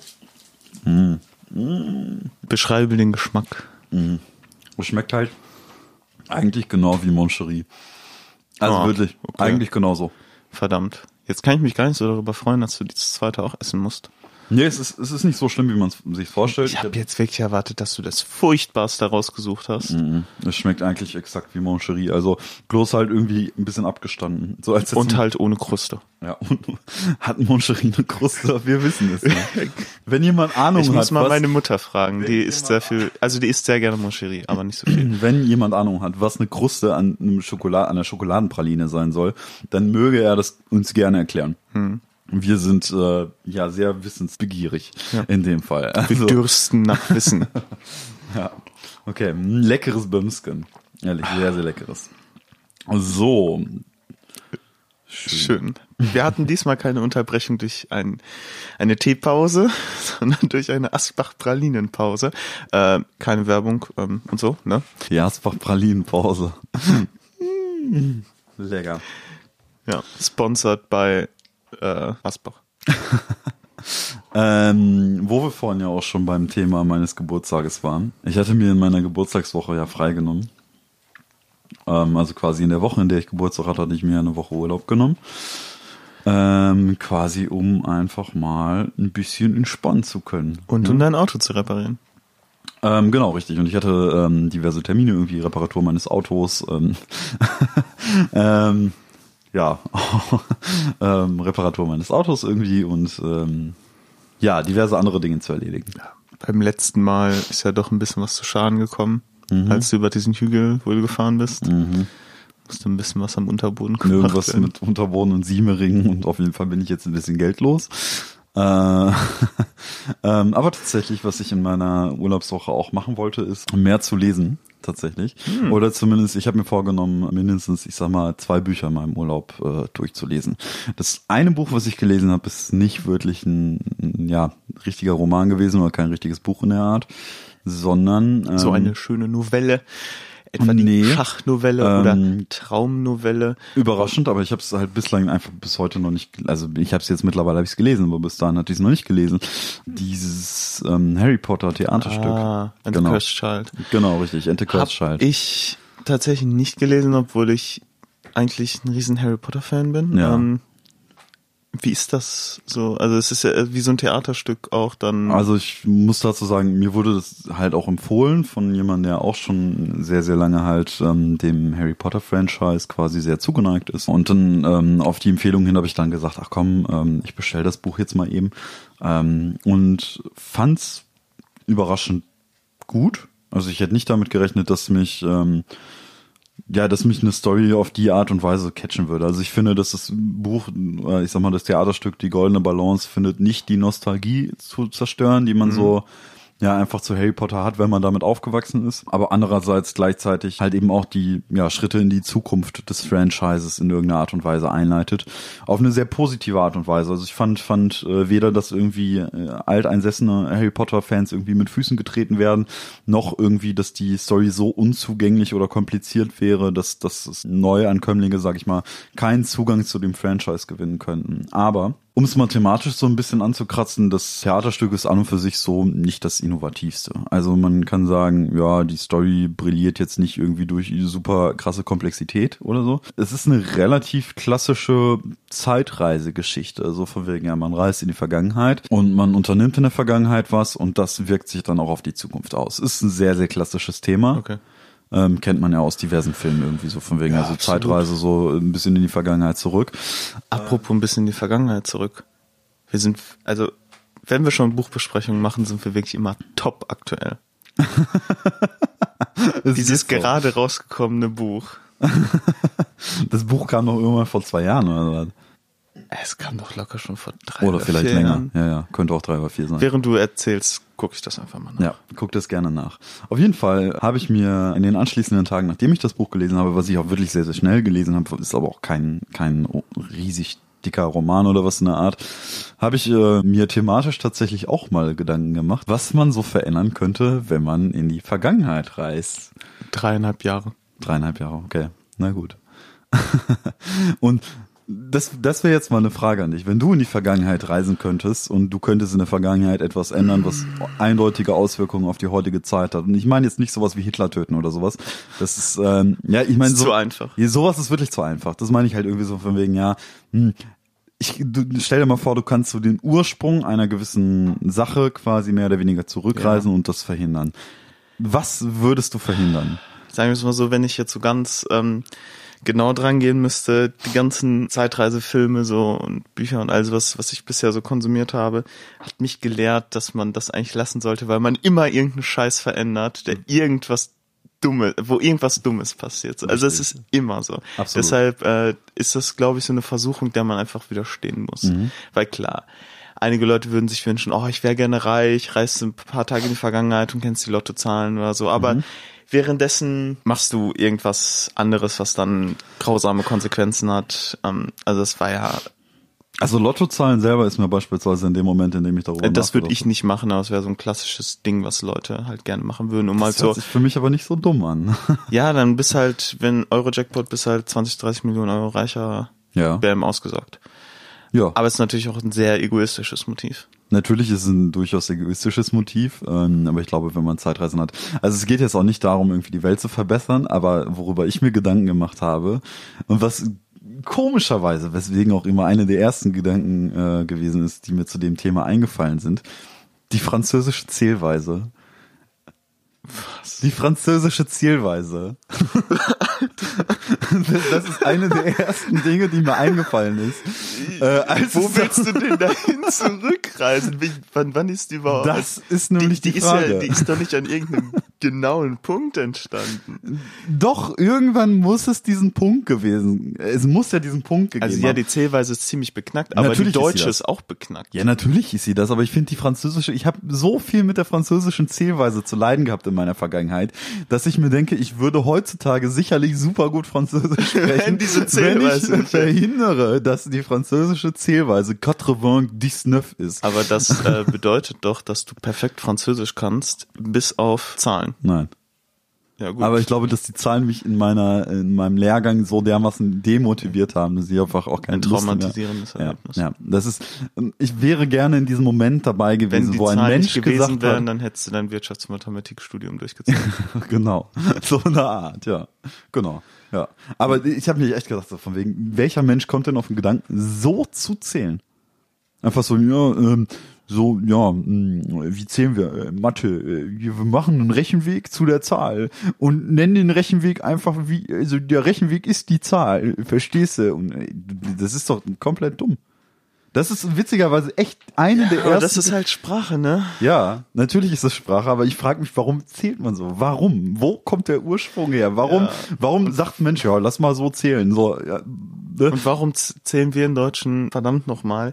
Beschreibe den Geschmack. Es schmeckt halt eigentlich genau wie Moncherie. Also wirklich, okay. Eigentlich genauso. Verdammt. Jetzt kann ich mich gar nicht so darüber freuen, dass du dieses zweite auch essen musst. Nee, es ist nicht so schlimm, wie man es sich vorstellt. Ich habe jetzt wirklich erwartet, dass du das Furchtbarste rausgesucht hast. Es schmeckt eigentlich exakt wie Moncherie, also bloß halt irgendwie ein bisschen abgestanden. So als Und halt ohne Kruste. Ja, und hat Moncherie eine Kruste? Wir wissen es nicht. Wenn jemand Ahnung hat, ich muss mal meine Mutter fragen, die isst sehr viel, also die isst sehr gerne Moncherie, aber nicht so viel. Wenn jemand Ahnung hat, was eine Kruste an einer Schokoladenpraline sein soll, dann möge er das uns gerne erklären. Wir sind sehr wissensbegierig in dem Fall. Wir dürsten nach Wissen. Ja, okay, ein leckeres Bömsken. Ehrlich, sehr, sehr leckeres. So. Schön. Wir hatten diesmal keine Unterbrechung durch eine Teepause, sondern durch eine Asbach-Pralinenpause. Keine Werbung und so, ne? Die Asbach-Pralinenpause. Lecker. Ja, sponsored bei Asbach. Wo wir vorhin ja auch schon beim Thema meines Geburtstages waren. Ich hatte mir in meiner Geburtstagswoche ja freigenommen. Also quasi in der Woche, in der ich Geburtstag hatte ich mir eine Woche Urlaub genommen. Quasi um einfach mal ein bisschen entspannen zu können. Und um dein Auto zu reparieren. Genau, richtig. Und ich hatte diverse Termine, irgendwie Reparatur meines Autos, Reparatur meines Autos irgendwie und diverse andere Dinge zu erledigen. Ja, beim letzten Mal ist ja doch ein bisschen was zu Schaden gekommen, als du über diesen Hügel wohl gefahren bist. Musste ein bisschen was am Unterboden gemacht Irgendwas werden. mit Unterboden und Siemering und auf jeden Fall bin ich jetzt ein bisschen geldlos. Aber tatsächlich, was ich in meiner Urlaubswoche auch machen wollte, ist mehr zu lesen. Tatsächlich. Oder zumindest, ich habe mir vorgenommen, mindestens, 2 Bücher in meinem Urlaub durchzulesen. Das eine Buch, was ich gelesen habe, ist nicht wirklich ein richtiger Roman gewesen oder kein richtiges Buch in der Art, sondern so eine schöne Novelle. Etwa die Schachnovelle oder Traumnovelle. Überraschend, aber ich habe es halt bislang einfach bis heute noch nicht, also ich habe es jetzt mittlerweile ich es gelesen, aber bis dahin hatte ich es noch nicht gelesen. Dieses Harry Potter Theaterstück. And the Cursed Child. Genau, richtig, And the Cursed Child. Hab ich tatsächlich nicht gelesen, obwohl ich eigentlich ein riesen Harry Potter Fan bin. Ja. Wie ist das so? Also es ist ja wie so ein Theaterstück auch dann. Also ich muss dazu sagen, mir wurde das halt auch empfohlen von jemandem, der auch schon sehr, sehr lange halt dem Harry Potter Franchise quasi sehr zugeneigt ist. Und dann auf die Empfehlung hin habe ich dann gesagt, ach komm, ich bestelle das Buch jetzt mal eben. Und fand's überraschend gut. Also ich hätte nicht damit gerechnet, dass mich eine Story auf die Art und Weise catchen würde. Also ich finde, dass das Buch, das Theaterstück, die goldene Balance findet nicht die Nostalgie zu zerstören, die man so einfach zu Harry Potter hat, wenn man damit aufgewachsen ist. Aber andererseits gleichzeitig halt eben auch die Schritte in die Zukunft des Franchises in irgendeiner Art und Weise einleitet. Auf eine sehr positive Art und Weise. Also ich fand weder, dass irgendwie alteingesessene Harry Potter Fans irgendwie mit Füßen getreten werden, noch irgendwie, dass die Story so unzugänglich oder kompliziert wäre, dass Neuankömmlinge, sag ich mal, keinen Zugang zu dem Franchise gewinnen könnten. Aber um es mathematisch so ein bisschen anzukratzen, das Theaterstück ist an und für sich so nicht das Innovativste. Also man kann sagen, ja, die Story brilliert jetzt nicht irgendwie durch super krasse Komplexität oder so. Es ist eine relativ klassische Zeitreisegeschichte. Also von wegen, man reist in die Vergangenheit und man unternimmt in der Vergangenheit was und das wirkt sich dann auch auf die Zukunft aus. Ist ein sehr, sehr klassisches Thema. Okay. Kennt man ja aus diversen Filmen irgendwie so von wegen, also absolut. Zeitreise so ein bisschen in die Vergangenheit zurück. Apropos ein bisschen in die Vergangenheit zurück. Wir sind, also wenn wir schon Buchbesprechungen machen, sind wir wirklich immer top aktuell. Dieses gerade rausgekommene Buch. Das Buch kam doch irgendwann vor 2 Jahren oder was? Es kam doch locker schon vor 3 oder 4 vielleicht länger. Jahren. Ja, könnte auch 3 oder 4 sein. Während du erzählst, gucke ich das einfach mal nach. Ja, guck das gerne nach. Auf jeden Fall habe ich mir in den anschließenden Tagen, nachdem ich das Buch gelesen habe, was ich auch wirklich sehr, sehr schnell gelesen habe, ist aber auch kein riesig dicker Roman oder was in der Art, habe ich mir thematisch tatsächlich auch mal Gedanken gemacht, was man so verändern könnte, wenn man in die Vergangenheit reist. 3,5 Jahre. 3,5 Jahre, okay. Na gut. Und das wäre jetzt mal eine Frage an dich. Wenn du in die Vergangenheit reisen könntest und du könntest in der Vergangenheit etwas ändern, was eindeutige Auswirkungen auf die heutige Zeit hat. Und ich meine jetzt nicht sowas wie Hitler töten oder sowas. Das ist, ich meine so. Zu einfach. Sowas ist wirklich zu einfach. Das meine ich halt irgendwie so von wegen, stell dir mal vor, du kannst so den Ursprung einer gewissen Sache quasi mehr oder weniger zurückreisen und das verhindern. Was würdest du verhindern? Sagen wir es mal so, wenn ich jetzt so ganz genau dran gehen müsste, die ganzen Zeitreisefilme so und Bücher und alles, was ich bisher so konsumiert habe, hat mich gelehrt, dass man das eigentlich lassen sollte, weil man immer irgendeinen Scheiß verändert, der wo irgendwas Dummes passiert. Also es ist immer so. Absolut. Deshalb ist das, glaube ich, so eine Versuchung, der man einfach widerstehen muss. Weil klar, einige Leute würden sich wünschen, ich wäre gerne reich, reist ein paar Tage in die Vergangenheit und kennst die Lottozahlen oder so, aber währenddessen machst du irgendwas anderes, was dann grausame Konsequenzen hat. Also das war ja... Also Lottozahlen selber ist mir beispielsweise in dem Moment, in dem ich darüber Das würde ich nicht machen, aber es wäre so ein klassisches Ding, was Leute halt gerne machen würden. Das hört sich für mich aber nicht so dumm an. Ja, dann bist halt, wenn Euro-Jackpot, bist halt 20, 30 Millionen Euro reicher, BM ausgesorgt. Ja. Aber es ist natürlich auch ein sehr egoistisches Motiv. Natürlich ist es ein durchaus egoistisches Motiv, aber ich glaube, wenn man Zeitreisen hat, also es geht jetzt auch nicht darum, irgendwie die Welt zu verbessern, aber worüber ich mir Gedanken gemacht habe und was komischerweise, weswegen auch immer eine der ersten Gedanken gewesen ist, die mir zu dem Thema eingefallen sind, die französische Zählweise. Was? Die französische Zählweise. Das ist eine der ersten Dinge, die mir eingefallen ist. Wo willst du denn dahin zurückreisen? Wann ist die überhaupt? Das ist nämlich die Frage. Die ist doch nicht an irgendeinem genauen Punkt entstanden. Doch, irgendwann muss es diesen Punkt gewesen. Es muss ja diesen Punkt gegeben haben. Also ja, die Zählweise ist ziemlich beknackt, aber natürlich die deutsche ist ist auch beknackt. Ja, natürlich ist sie das, aber ich finde die französische, ich habe so viel mit der französischen Zählweise zu leiden gehabt in meiner Vergangenheit, dass ich mir denke, ich würde heutzutage sicherlich super gut Französisch sprechen, wenn ich verhindere, dass die französische Zählweise 99 ist. Aber das bedeutet doch, dass du perfekt Französisch kannst, bis auf Zahlen. Nein. Ja, gut. Aber ich glaube, dass die Zahlen mich in meinem Lehrgang so dermaßen demotiviert haben, dass ich einfach auch kein traumatisierendes Erlebnis. Ja, das ist, ich wäre gerne in diesem Moment dabei gewesen, wo ein Mensch nicht gewesen gesagt wären, hat, dann hättest du dein Wirtschaftsmathematikstudium durchgezogen. Genau, so eine Art, ja, genau, ja. Aber ich habe mir echt gedacht, so von wegen, welcher Mensch kommt denn auf den Gedanken, so zu zählen? Einfach so, wie zählen wir? Mathe. Wir machen einen Rechenweg zu der Zahl und nennen den Rechenweg einfach also der Rechenweg ist die Zahl, verstehst du? Und das ist doch komplett dumm. Das ist witzigerweise echt eine der ersten. Das ist halt Sprache, ne? Ja, natürlich ist das Sprache, aber ich frage mich, warum zählt man so? Warum? Wo kommt der Ursprung her? Warum sagt ein Mensch, ja, lass mal so zählen? So, ja, ne? Und warum zählen wir in Deutschen verdammt nochmal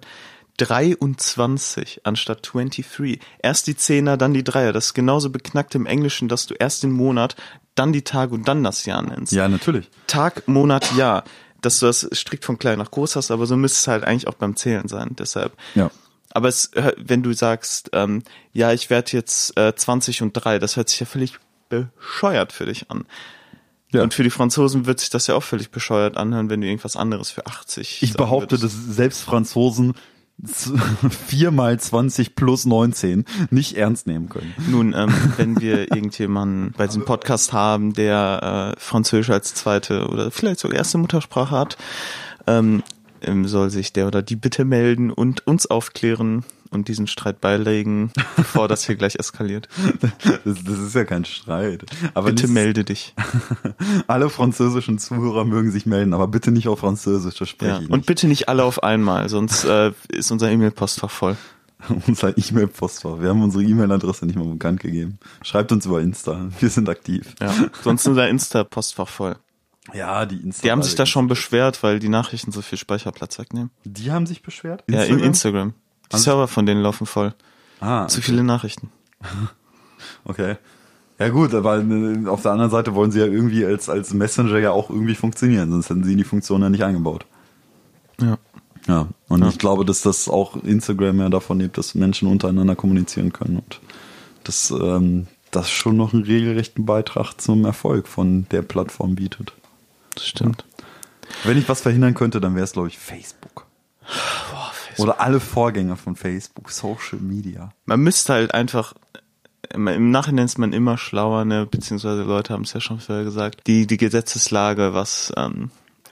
23 anstatt 23. Erst die Zehner, dann die Dreier. Das ist genauso beknackt im Englischen, dass du erst den Monat, dann die Tage und dann das Jahr nennst. Ja, natürlich. Tag, Monat, Jahr. Dass du das strikt von klein nach groß hast, aber so müsste es halt eigentlich auch beim Zählen sein. Deshalb. Ja. Aber wenn du sagst, ich werde jetzt 20 und 3, das hört sich ja völlig bescheuert für dich an. Ja. Und für die Franzosen wird sich das ja auch völlig bescheuert anhören, wenn du irgendwas anderes für 80 Ich behaupte, dass selbst Franzosen 4 mal 20 plus 19 nicht ernst nehmen können. Nun, wenn wir irgendjemanden bei diesem Podcast haben, der Französisch als zweite oder vielleicht sogar erste Muttersprache hat, soll sich der oder die bitte melden und uns aufklären und diesen Streit beilegen, bevor das hier gleich eskaliert. Das ist ja kein Streit. Aber bitte melde dich. Alle französischen Zuhörer mögen sich melden, aber bitte nicht auf Französisch, das spreche ich nicht. Und bitte nicht alle auf einmal, sonst ist unser E-Mail-Postfach voll. Unser E-Mail-Postfach. Wir haben unsere E-Mail-Adresse nicht mal bekannt gegeben. Schreibt uns über Insta. Wir sind aktiv. Ja, sonst ist unser Insta-Postfach voll. Ja, die Insta. Die haben sich da schon beschwert, weil die Nachrichten so viel Speicherplatz wegnehmen. Die haben sich beschwert? Instagram? Ja, in Instagram. Die Server von denen laufen voll. Okay. Zu viele Nachrichten. Okay. Ja gut, aber auf der anderen Seite wollen sie ja irgendwie als Messenger ja auch irgendwie funktionieren, sonst hätten sie die Funktion ja nicht eingebaut. Ja. Ja, und ich glaube, dass das auch Instagram ja davon lebt, dass Menschen untereinander kommunizieren können und dass das schon noch einen regelrechten Beitrag zum Erfolg von der Plattform bietet. Das stimmt. Ja. Wenn ich was verhindern könnte, dann wäre es, glaube ich, Facebook. Boah, Facebook. Oder alle Vorgänger von Facebook, Social Media. Man müsste halt einfach, im Nachhinein ist man immer schlauer, ne? Beziehungsweise Leute haben es ja schon vorher gesagt, die Gesetzeslage, was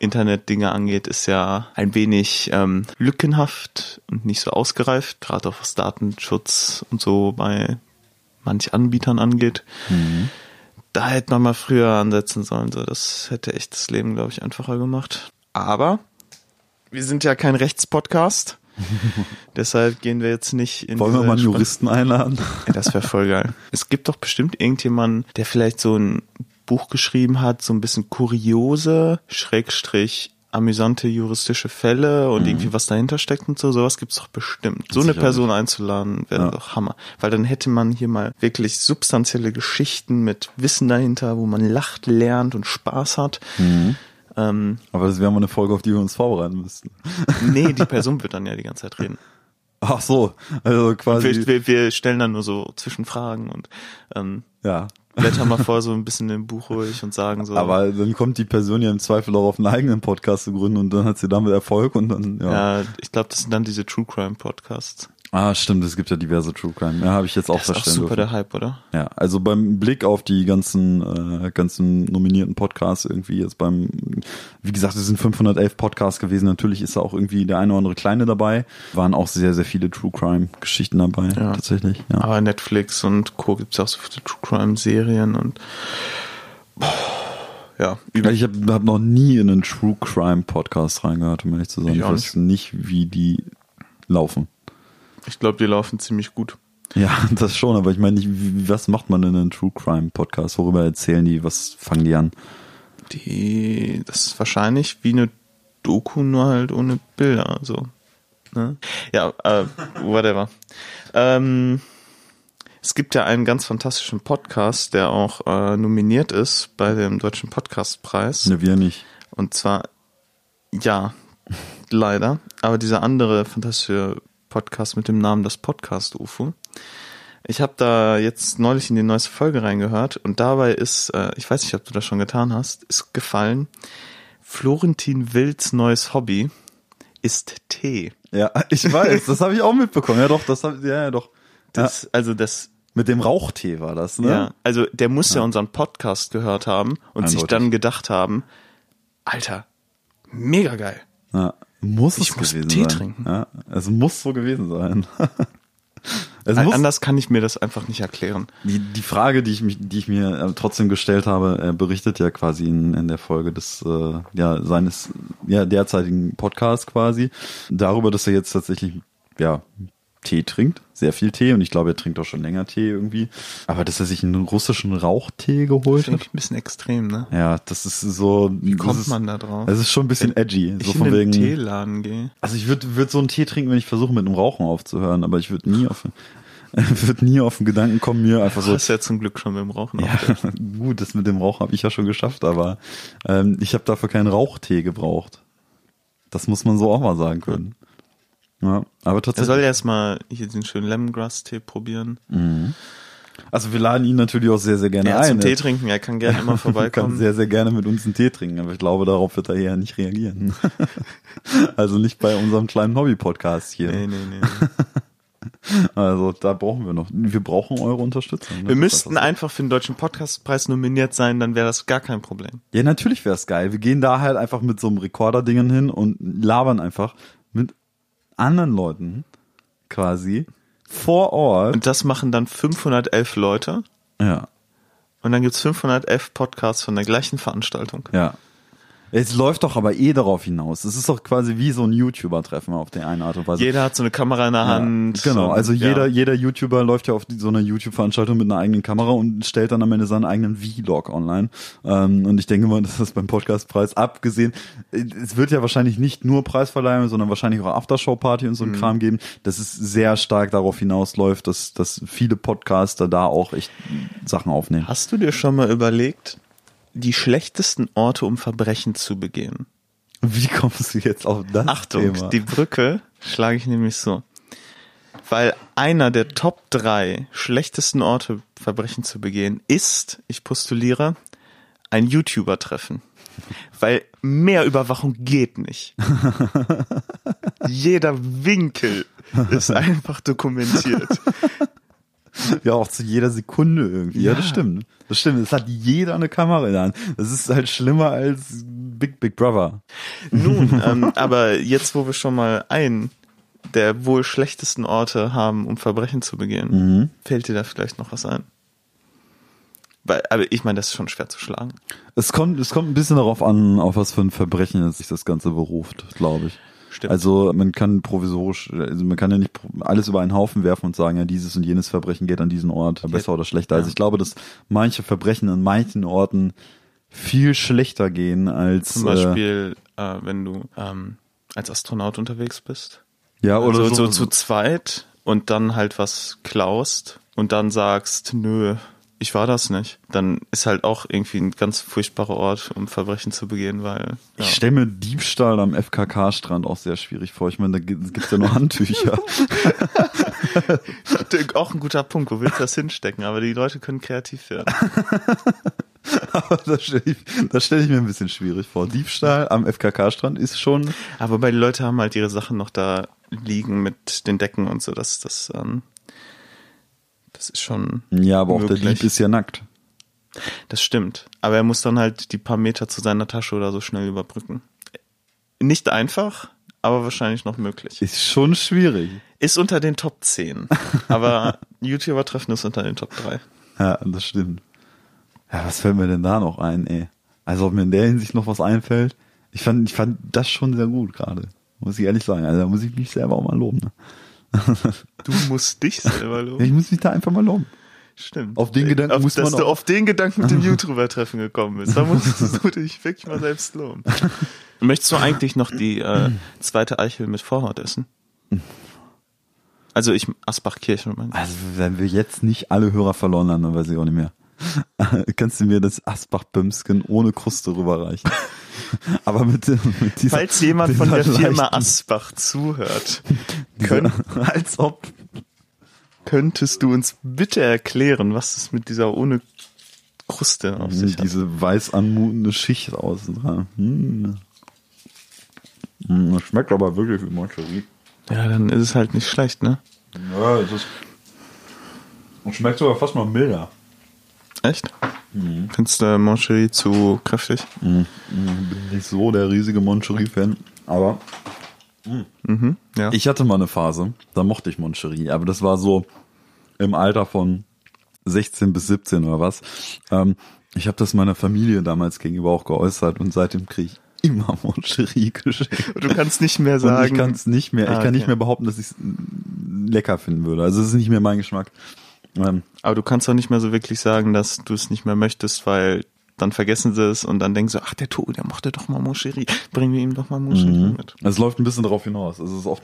Internet-Dinge angeht, ist ja ein wenig lückenhaft und nicht so ausgereift, gerade auch was Datenschutz und so bei manch Anbietern angeht. Da hätte man mal früher ansetzen sollen. So, das hätte echt das Leben, glaube ich, einfacher gemacht. Aber wir sind ja kein Rechtspodcast. Deshalb gehen wir jetzt nicht in Wollen wir mal einen Juristen einladen? Ja, das wäre voll geil. Es gibt doch bestimmt irgendjemanden, der vielleicht so ein Buch geschrieben hat, so ein bisschen kuriose, amüsante juristische Fälle und irgendwie was dahinter steckt und so. Sowas gibt's doch bestimmt. So eine Person einzuladen wäre doch Hammer. Weil dann hätte man hier mal wirklich substanzielle Geschichten mit Wissen dahinter, wo man lacht, lernt und Spaß hat. Aber das wäre mal eine Folge, auf die wir uns vorbereiten müssten. Nee, die Person wird dann ja die ganze Zeit reden. Ach so, also quasi. Wir stellen dann nur so Zwischenfragen und ja. blättern mal vor so ein bisschen im Buch ruhig und sagen so. Aber dann kommt die Person ja im Zweifel auch auf einen eigenen Podcast zu gründen und dann hat sie damit Erfolg und dann, ja. Ja, ich glaube, das sind dann diese True Crime Podcasts. Ah, stimmt, es gibt ja diverse True Crime. Ja, habe ich jetzt auch verstanden. Das ist auch super der Hype, oder? Ja, also beim Blick auf die ganzen nominierten Podcasts irgendwie jetzt wie gesagt, es sind 511 Podcasts gewesen. Natürlich ist da auch irgendwie der eine oder andere kleine dabei. Waren auch sehr, sehr viele True Crime Geschichten dabei, tatsächlich. Ja. Aber Netflix und Co. gibt's auch so viele True Crime Serien und ja. Ich hab noch nie in einen True Crime Podcast reingehört, um ehrlich zu sein. Ich weiß nicht, wie die laufen. Ich glaube, die laufen ziemlich gut. Ja, das schon, aber ich meine, was macht man in einem True Crime Podcast? Worüber erzählen die? Was fangen die an? Das ist wahrscheinlich wie eine Doku, nur halt ohne Bilder, so. Ne? Ja, whatever. Es gibt ja einen ganz fantastischen Podcast, der auch nominiert ist bei dem Deutschen Podcastpreis. Ne, wir nicht. Und zwar, ja, leider, aber dieser andere fantastische Podcast mit dem Namen Das Podcast UFO. Ich habe da jetzt neulich in die neueste Folge reingehört und dabei ist, ich weiß nicht, ob du das schon getan hast, ist gefallen, Florentin Wilds neues Hobby ist Tee. Ja, ich weiß, das habe ich auch mitbekommen. Ja doch, doch. Das mit dem Rauchtee war das, ne? Ja, also der muss ja unseren Podcast gehört haben und sich dann gedacht haben, Alter, mega geil. Ja. Muss ich es muss gewesen Tee sein. trinken. Ja, es muss so gewesen sein. Anders kann ich mir das einfach nicht erklären. Die Frage, die ich mir trotzdem gestellt habe, er berichtet ja quasi in der Folge des seines derzeitigen Podcasts quasi darüber, dass er jetzt tatsächlich Tee trinkt, sehr viel Tee, und ich glaube, er trinkt auch schon länger Tee irgendwie. Aber dass er sich einen russischen Rauchtee geholt hat. Finde ich ein bisschen extrem, ne? Ja, das ist so. Wie kommt man da drauf? Es ist schon ein bisschen edgy. Ich so von in den wegen Teeladen gehe. Also ich würde so einen Tee trinken, wenn ich versuche, mit dem Rauchen aufzuhören, aber ich würde nie auf den Gedanken kommen, mir einfach so. Du hast ja zum Glück schon mit dem Rauchen aufgehört. Gut, das mit dem Rauchen habe ich ja schon geschafft, aber ich habe dafür keinen Rauchtee gebraucht. Das muss man so auch mal sagen können. Ja, aber tatsächlich. Er soll erstmal hier den schönen Lemongrass-Tee probieren. Mhm. Also wir laden ihn natürlich auch sehr, sehr gerne ein. Zum Tee trinken, er kann gerne immer vorbeikommen. Er kann sehr, sehr gerne mit uns einen Tee trinken, aber ich glaube, darauf wird er eher nicht reagieren. Also nicht bei unserem kleinen Hobby-Podcast hier. Nee. Also da wir brauchen eure Unterstützung. Ne? Wir müssten einfach für den Deutschen Podcastpreis nominiert sein, dann wäre das gar kein Problem. Ja, natürlich wäre es geil. Wir gehen da halt einfach mit so einem Rekorder-Dingen hin und labern einfach mit anderen Leuten quasi vor Ort. Und das machen dann 511 Leute. Ja. Und dann gibt's 511 Podcasts von der gleichen Veranstaltung. Ja. Es läuft doch aber darauf hinaus. Es ist doch quasi wie so ein YouTuber-Treffen auf der eine Art und Weise. Jeder hat so eine Kamera in der Hand. Genau, also jeder YouTuber läuft ja auf so einer YouTube-Veranstaltung mit einer eigenen Kamera und stellt dann am Ende seinen eigenen Vlog online. Und ich denke mal, dass das beim Podcastpreis abgesehen, es wird ja wahrscheinlich nicht nur Preisverleihung, sondern wahrscheinlich auch Aftershow-Party und so einen Kram geben, dass es sehr stark darauf hinausläuft, dass viele Podcaster da auch echt Sachen aufnehmen. Hast du dir schon mal überlegt, die schlechtesten Orte, um Verbrechen zu begehen? Wie kommst du jetzt auf das Achtung, Thema? Die Brücke schlage ich nämlich so. Weil einer der Top 3 schlechtesten Orte, Verbrechen zu begehen, ist, ich postuliere, ein YouTuber-Treffen. Weil mehr Überwachung geht nicht. Jeder Winkel ist einfach dokumentiert. Ja, auch zu jeder Sekunde irgendwie. Ja, das stimmt. Das stimmt. Es hat jeder eine Kamera in der Hand. Das ist halt schlimmer als Big Brother. Nun, aber jetzt, wo wir schon mal einen der wohl schlechtesten Orte haben, um Verbrechen zu begehen, fällt dir da vielleicht noch was ein? Aber ich meine, das ist schon schwer zu schlagen. Es kommt ein bisschen darauf an, auf was für ein Verbrechen sich das Ganze beruft, glaube ich. Stimmt. Also man kann man kann ja nicht alles über einen Haufen werfen und sagen, ja, dieses und jenes Verbrechen geht an diesen Ort besser oder schlechter. Also ich glaube, dass manche Verbrechen an manchen Orten viel schlechter gehen als zum Beispiel, wenn du als Astronaut unterwegs bist. Ja, oder so zu zweit und dann halt was klaust und dann sagst, nö, ich war das nicht. Dann ist halt auch irgendwie ein ganz furchtbarer Ort, um Verbrechen zu begehen, weil... Ja. Ich stelle mir Diebstahl am FKK-Strand auch sehr schwierig vor. Ich meine, da gibt's ja nur Handtücher. Auch ein guter Punkt, wo willst du das hinstecken? Aber die Leute können kreativ werden. Aber das stell ich mir ein bisschen schwierig vor. Diebstahl am FKK-Strand ist schon... Aber die Leute haben halt ihre Sachen noch da liegen mit den Decken und so. Das ist schon Ja, aber möglich. auch der Dieb ist ja nackt. Das stimmt. Aber er muss dann halt die paar Meter zu seiner Tasche oder so schnell überbrücken. Nicht einfach, aber wahrscheinlich noch möglich. Ist schon schwierig. Ist unter den Top 10. Aber YouTuber-Treffen ist unter den Top 3. Ja, das stimmt. Ja, was fällt mir denn da noch ein, ey? Also ob mir in der Hinsicht noch was einfällt. Ich fand das schon sehr gut gerade. Muss ich ehrlich sagen. Also da muss ich mich selber auch mal loben. Ne? Du musst dich selber loben. Ich muss mich da einfach mal loben. Stimmt. Auf den Gedanken muss man dass du auf den Gedanken mit dem YouTuber-Treffen gekommen bist. Da musst du dich wirklich mal selbst loben. Möchtest du eigentlich noch die zweite Eichel mit Vorhaut essen? Also Asbach-Kirche. Also wenn wir jetzt nicht alle Hörer verloren haben, dann weiß ich auch nicht mehr. Kannst du mir das Asbach-Bömsken ohne Kruste rüberreichen? Aber mit dieser... Falls jemand von der Firma Asbach zuhört, als ob... Könntest du uns bitte erklären, was es mit dieser ohne Kruste auf sich hat? Diese weiß anmutende Schicht außen dran. Das schmeckt aber wirklich wie Moncherie. Ja, dann ist es halt nicht schlecht, ne? Ja, es schmeckt sogar fast mal milder. Echt? Findest du Moncherie zu kräftig? Bin nicht so der riesige Moncherie-Fan, aber ja. ich hatte mal eine Phase, da mochte ich Moncherie, aber das war so im Alter von 16 bis 17 oder was. Ich habe das meiner Familie damals gegenüber auch geäußert und seitdem kriege ich immer Moncherie geschenkt. Du kannst nicht mehr sagen. Und ich kann es nicht mehr. Ich kann nicht mehr behaupten, dass ich es lecker finden würde. Also es ist nicht mehr mein Geschmack. Aber du kannst doch nicht mehr so wirklich sagen, dass du es nicht mehr möchtest, weil dann vergessen sie es und dann denken sie, ach, der Tobi, der mochte doch mal Moncherie. Bringen wir ihm doch mal Moncherie mit. Es läuft ein bisschen darauf hinaus. Es ist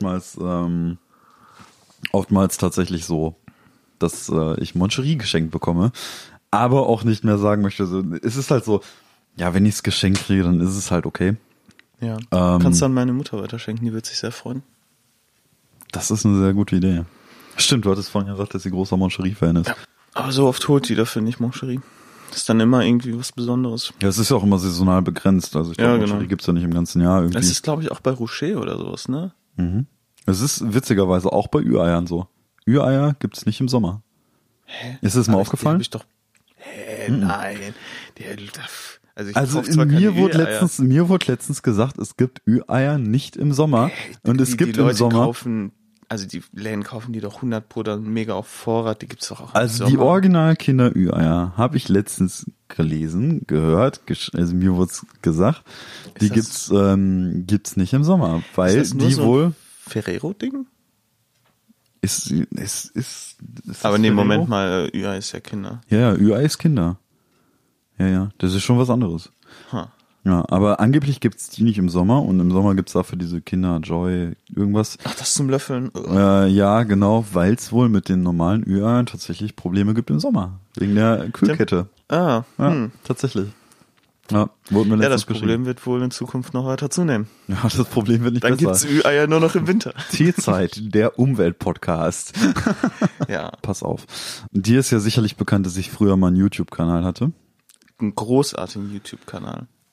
oftmals tatsächlich so, dass ich Moncherie geschenkt bekomme, aber auch nicht mehr sagen möchte. Also, es ist halt so, ja, wenn ich es geschenkt kriege, dann ist es halt okay. Ja. Kannst du an meine Mutter weiterschenken, die wird sich sehr freuen. Das ist eine sehr gute Idee. Stimmt, du hattest vorhin gesagt, dass sie großer Moncherie-Fan ist. Ja. Aber so oft holt die dafür nicht Moncherie. Das ist dann immer irgendwie was Besonderes. Ja, es ist ja auch immer saisonal begrenzt. Also ich glaube, Moncherie gibt's ja nicht im ganzen Jahr irgendwie. Das ist, glaube ich, auch bei Rocher oder sowas, ne? Es ist witzigerweise auch bei Ü-Eiern so. Ü-Eier gibt's nicht im Sommer. Hä? Ist das mal aufgefallen? Nein. Also mir wurde letztens gesagt, es gibt Ü-Eier nicht im Sommer. Und es gibt die Leute im Sommer... die Läden kaufen die doch 100 pro dann mega auf Vorrat, die gibt's doch auch Also die Original-Kinder-Ü-Eier habe ich letztens gehört, also mir wurde es gesagt, die gibt's nicht im Sommer, weil ist das nur die so wohl... Ferrero-Ding? Ist Aber nee, Ferrero? Moment mal, Ü-Ei ist ja Kinder. Ja, Ü-Ei ist Kinder. Ja, das ist schon was anderes. Ja, aber angeblich gibt's die nicht im Sommer und im Sommer gibt's dafür diese Kinder Joy irgendwas. Ach, das zum Löffeln? Ja, genau, weil es wohl mit den normalen Ü-Eiern tatsächlich Probleme gibt im Sommer. Wegen der Kühlkette. Tatsächlich. Ja, wurde mir letztens das Problem wird wohl in Zukunft noch weiter zunehmen. Ja, das Problem wird nicht Dann besser. gibt's Ü-Eier nur noch im Winter. Teezeit, der Umweltpodcast. Ja. Pass auf. Dir ist ja sicherlich bekannt, dass ich früher mal einen YouTube-Kanal hatte. Einen großartigen YouTube-Kanal.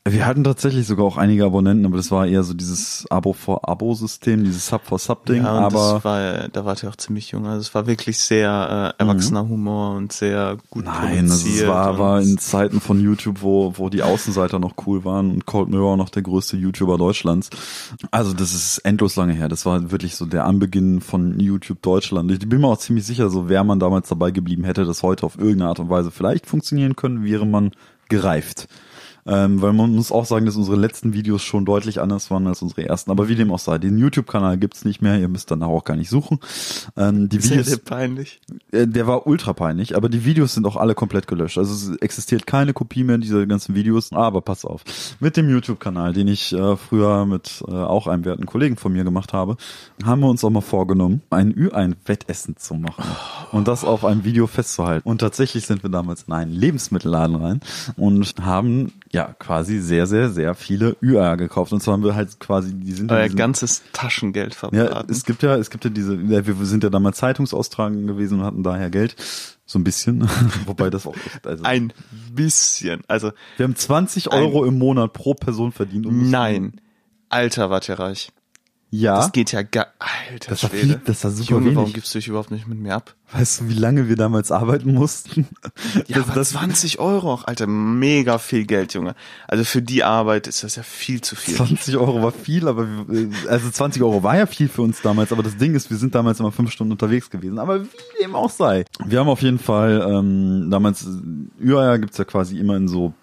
Wir hatten tatsächlich sogar auch einige Abonnenten, aber das war eher so dieses Abo-for-Abo-System, dieses Sub-for-Sub-Ding. Ja, und aber da wart ihr auch ziemlich jung. Also es war wirklich sehr erwachsener Humor und sehr gut nein, also produziert. es war in Zeiten von YouTube, wo die Außenseiter noch cool waren und Cold Mirror noch der größte YouTuber Deutschlands. Also das ist endlos lange her. Das war wirklich so der Anbeginn von YouTube Deutschland. Ich bin mir auch ziemlich sicher, so wäre man damals dabei geblieben, hätte das heute auf irgendeine Art und Weise vielleicht funktionieren können, wäre man gereift. Weil man muss auch sagen, dass unsere letzten Videos schon deutlich anders waren als unsere ersten. Aber wie dem auch sei, den YouTube-Kanal gibt's nicht mehr. Ihr müsst danach auch gar nicht suchen. Die ist Videos, der peinlich? Der war ultra peinlich, aber die Videos sind auch alle komplett gelöscht. Also es existiert keine Kopie mehr dieser ganzen Videos. Aber pass auf, mit dem YouTube-Kanal, den ich früher mit auch einem werten Kollegen von mir gemacht habe, haben wir uns auch mal vorgenommen, ein Wettessen zu machen und das auf einem Video festzuhalten. Und tatsächlich sind wir damals in einen Lebensmittelladen rein und haben ja quasi sehr, sehr, sehr viele Ü-Eier gekauft. Und zwar haben wir halt quasi, die sind euer ganzes Taschengeld verbraten. Ja, es gibt ja diese, wir sind ja damals Zeitungsaustragen gewesen und hatten daher Geld. So ein bisschen. Wobei das auch echt, also. Ein bisschen. Also. Wir haben 20 Euro im Monat pro Person verdient. Nein. Alter, wart ihr reich. Ja. Das geht ja gar, alter das war Schwede. viel, das war super Junge, wenig. warum gibst du dich überhaupt nicht mit mir ab? Weißt du, wie lange wir damals arbeiten mussten? Ja, aber 20 Euro auch, Alter, mega viel Geld, Junge. Also für die Arbeit ist das ja viel zu viel. 20 Euro war viel, aber also 20 Euro war ja viel für uns damals, aber das Ding ist, wir sind damals immer 5 Stunden unterwegs gewesen, aber wie dem auch sei. Wir haben auf jeden Fall, damals, Ü-Eier gibt's ja quasi immer in so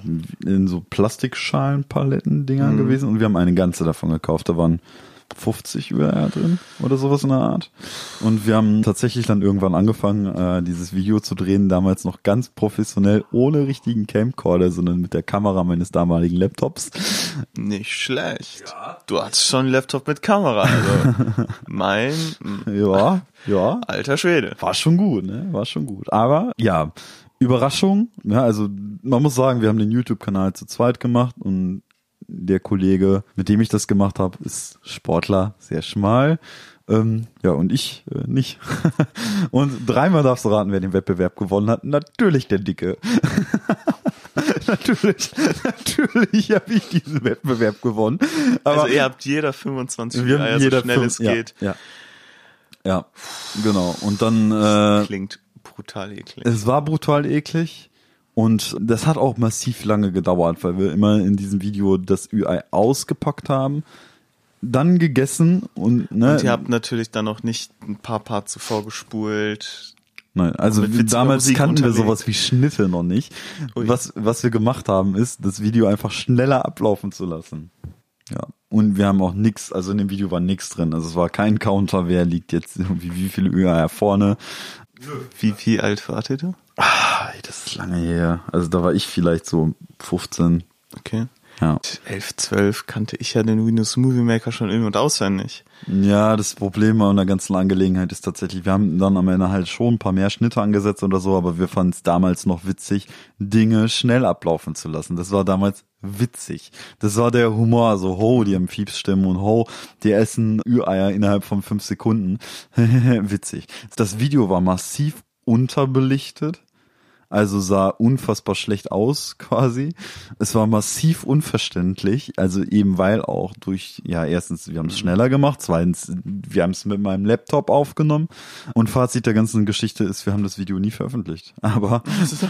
Plastikschalenpaletten-Dingern gewesen und wir haben eine ganze davon gekauft, da waren 50 Ü-Eier drin oder sowas in der Art. Und wir haben tatsächlich dann irgendwann angefangen, dieses Video zu drehen, damals noch ganz professionell, ohne richtigen Camcorder, sondern mit der Kamera meines damaligen Laptops. Nicht schlecht. Ja. Du hattest schon einen Laptop mit Kamera, also Ja. Alter Schwede. War schon gut, ne? War schon gut. Aber ja, Überraschung, ja, also man muss sagen, wir haben den YouTube-Kanal zu zweit gemacht und der Kollege, mit dem ich das gemacht habe, ist Sportler, sehr schmal. Ja, und ich nicht. Und dreimal darfst du raten, wer den Wettbewerb gewonnen hat. Natürlich der Dicke. Natürlich habe ich diesen Wettbewerb gewonnen. Aber also ihr habt jeder 25 wir Eier, so schnell es geht. Ja, genau. Und dann klingt brutal eklig. Es war brutal eklig. Und das hat auch massiv lange gedauert, weil wir immer in diesem Video das Ü-Ei ausgepackt haben, dann gegessen und ihr habt natürlich dann noch nicht ein paar zuvor gespult. Nein, also damals kannten wir sowas wie Schnitte noch nicht. Was wir gemacht haben, ist, das Video einfach schneller ablaufen zu lassen. Ja. Und wir haben auch nix, also in dem Video war nix drin. Also es war kein Counter, wer liegt jetzt, wie viele Ü-Eier vorne. Wie alt wart ihr da? Das ist lange her. Also da war ich vielleicht so 15. Okay. Ja. 11, 12 kannte ich ja den Windows Movie Maker schon in- und auswendig. Ja, das Problem an der ganzen Angelegenheit ist tatsächlich, wir haben dann am Ende halt schon ein paar mehr Schnitte angesetzt oder so, aber wir fanden es damals noch witzig, Dinge schnell ablaufen zu lassen. Das war damals witzig. Das war der Humor, so ho, die haben Piepsstimmen und ho, die essen Ü-Eier innerhalb von 5 Sekunden. Witzig. Das Video war massiv unterbelichtet. Also sah unfassbar schlecht aus quasi. Es war massiv unverständlich, also eben weil auch durch, ja erstens, wir haben es schneller gemacht, zweitens, wir haben es mit meinem Laptop aufgenommen und Fazit der ganzen Geschichte ist, wir haben das Video nie veröffentlicht, aber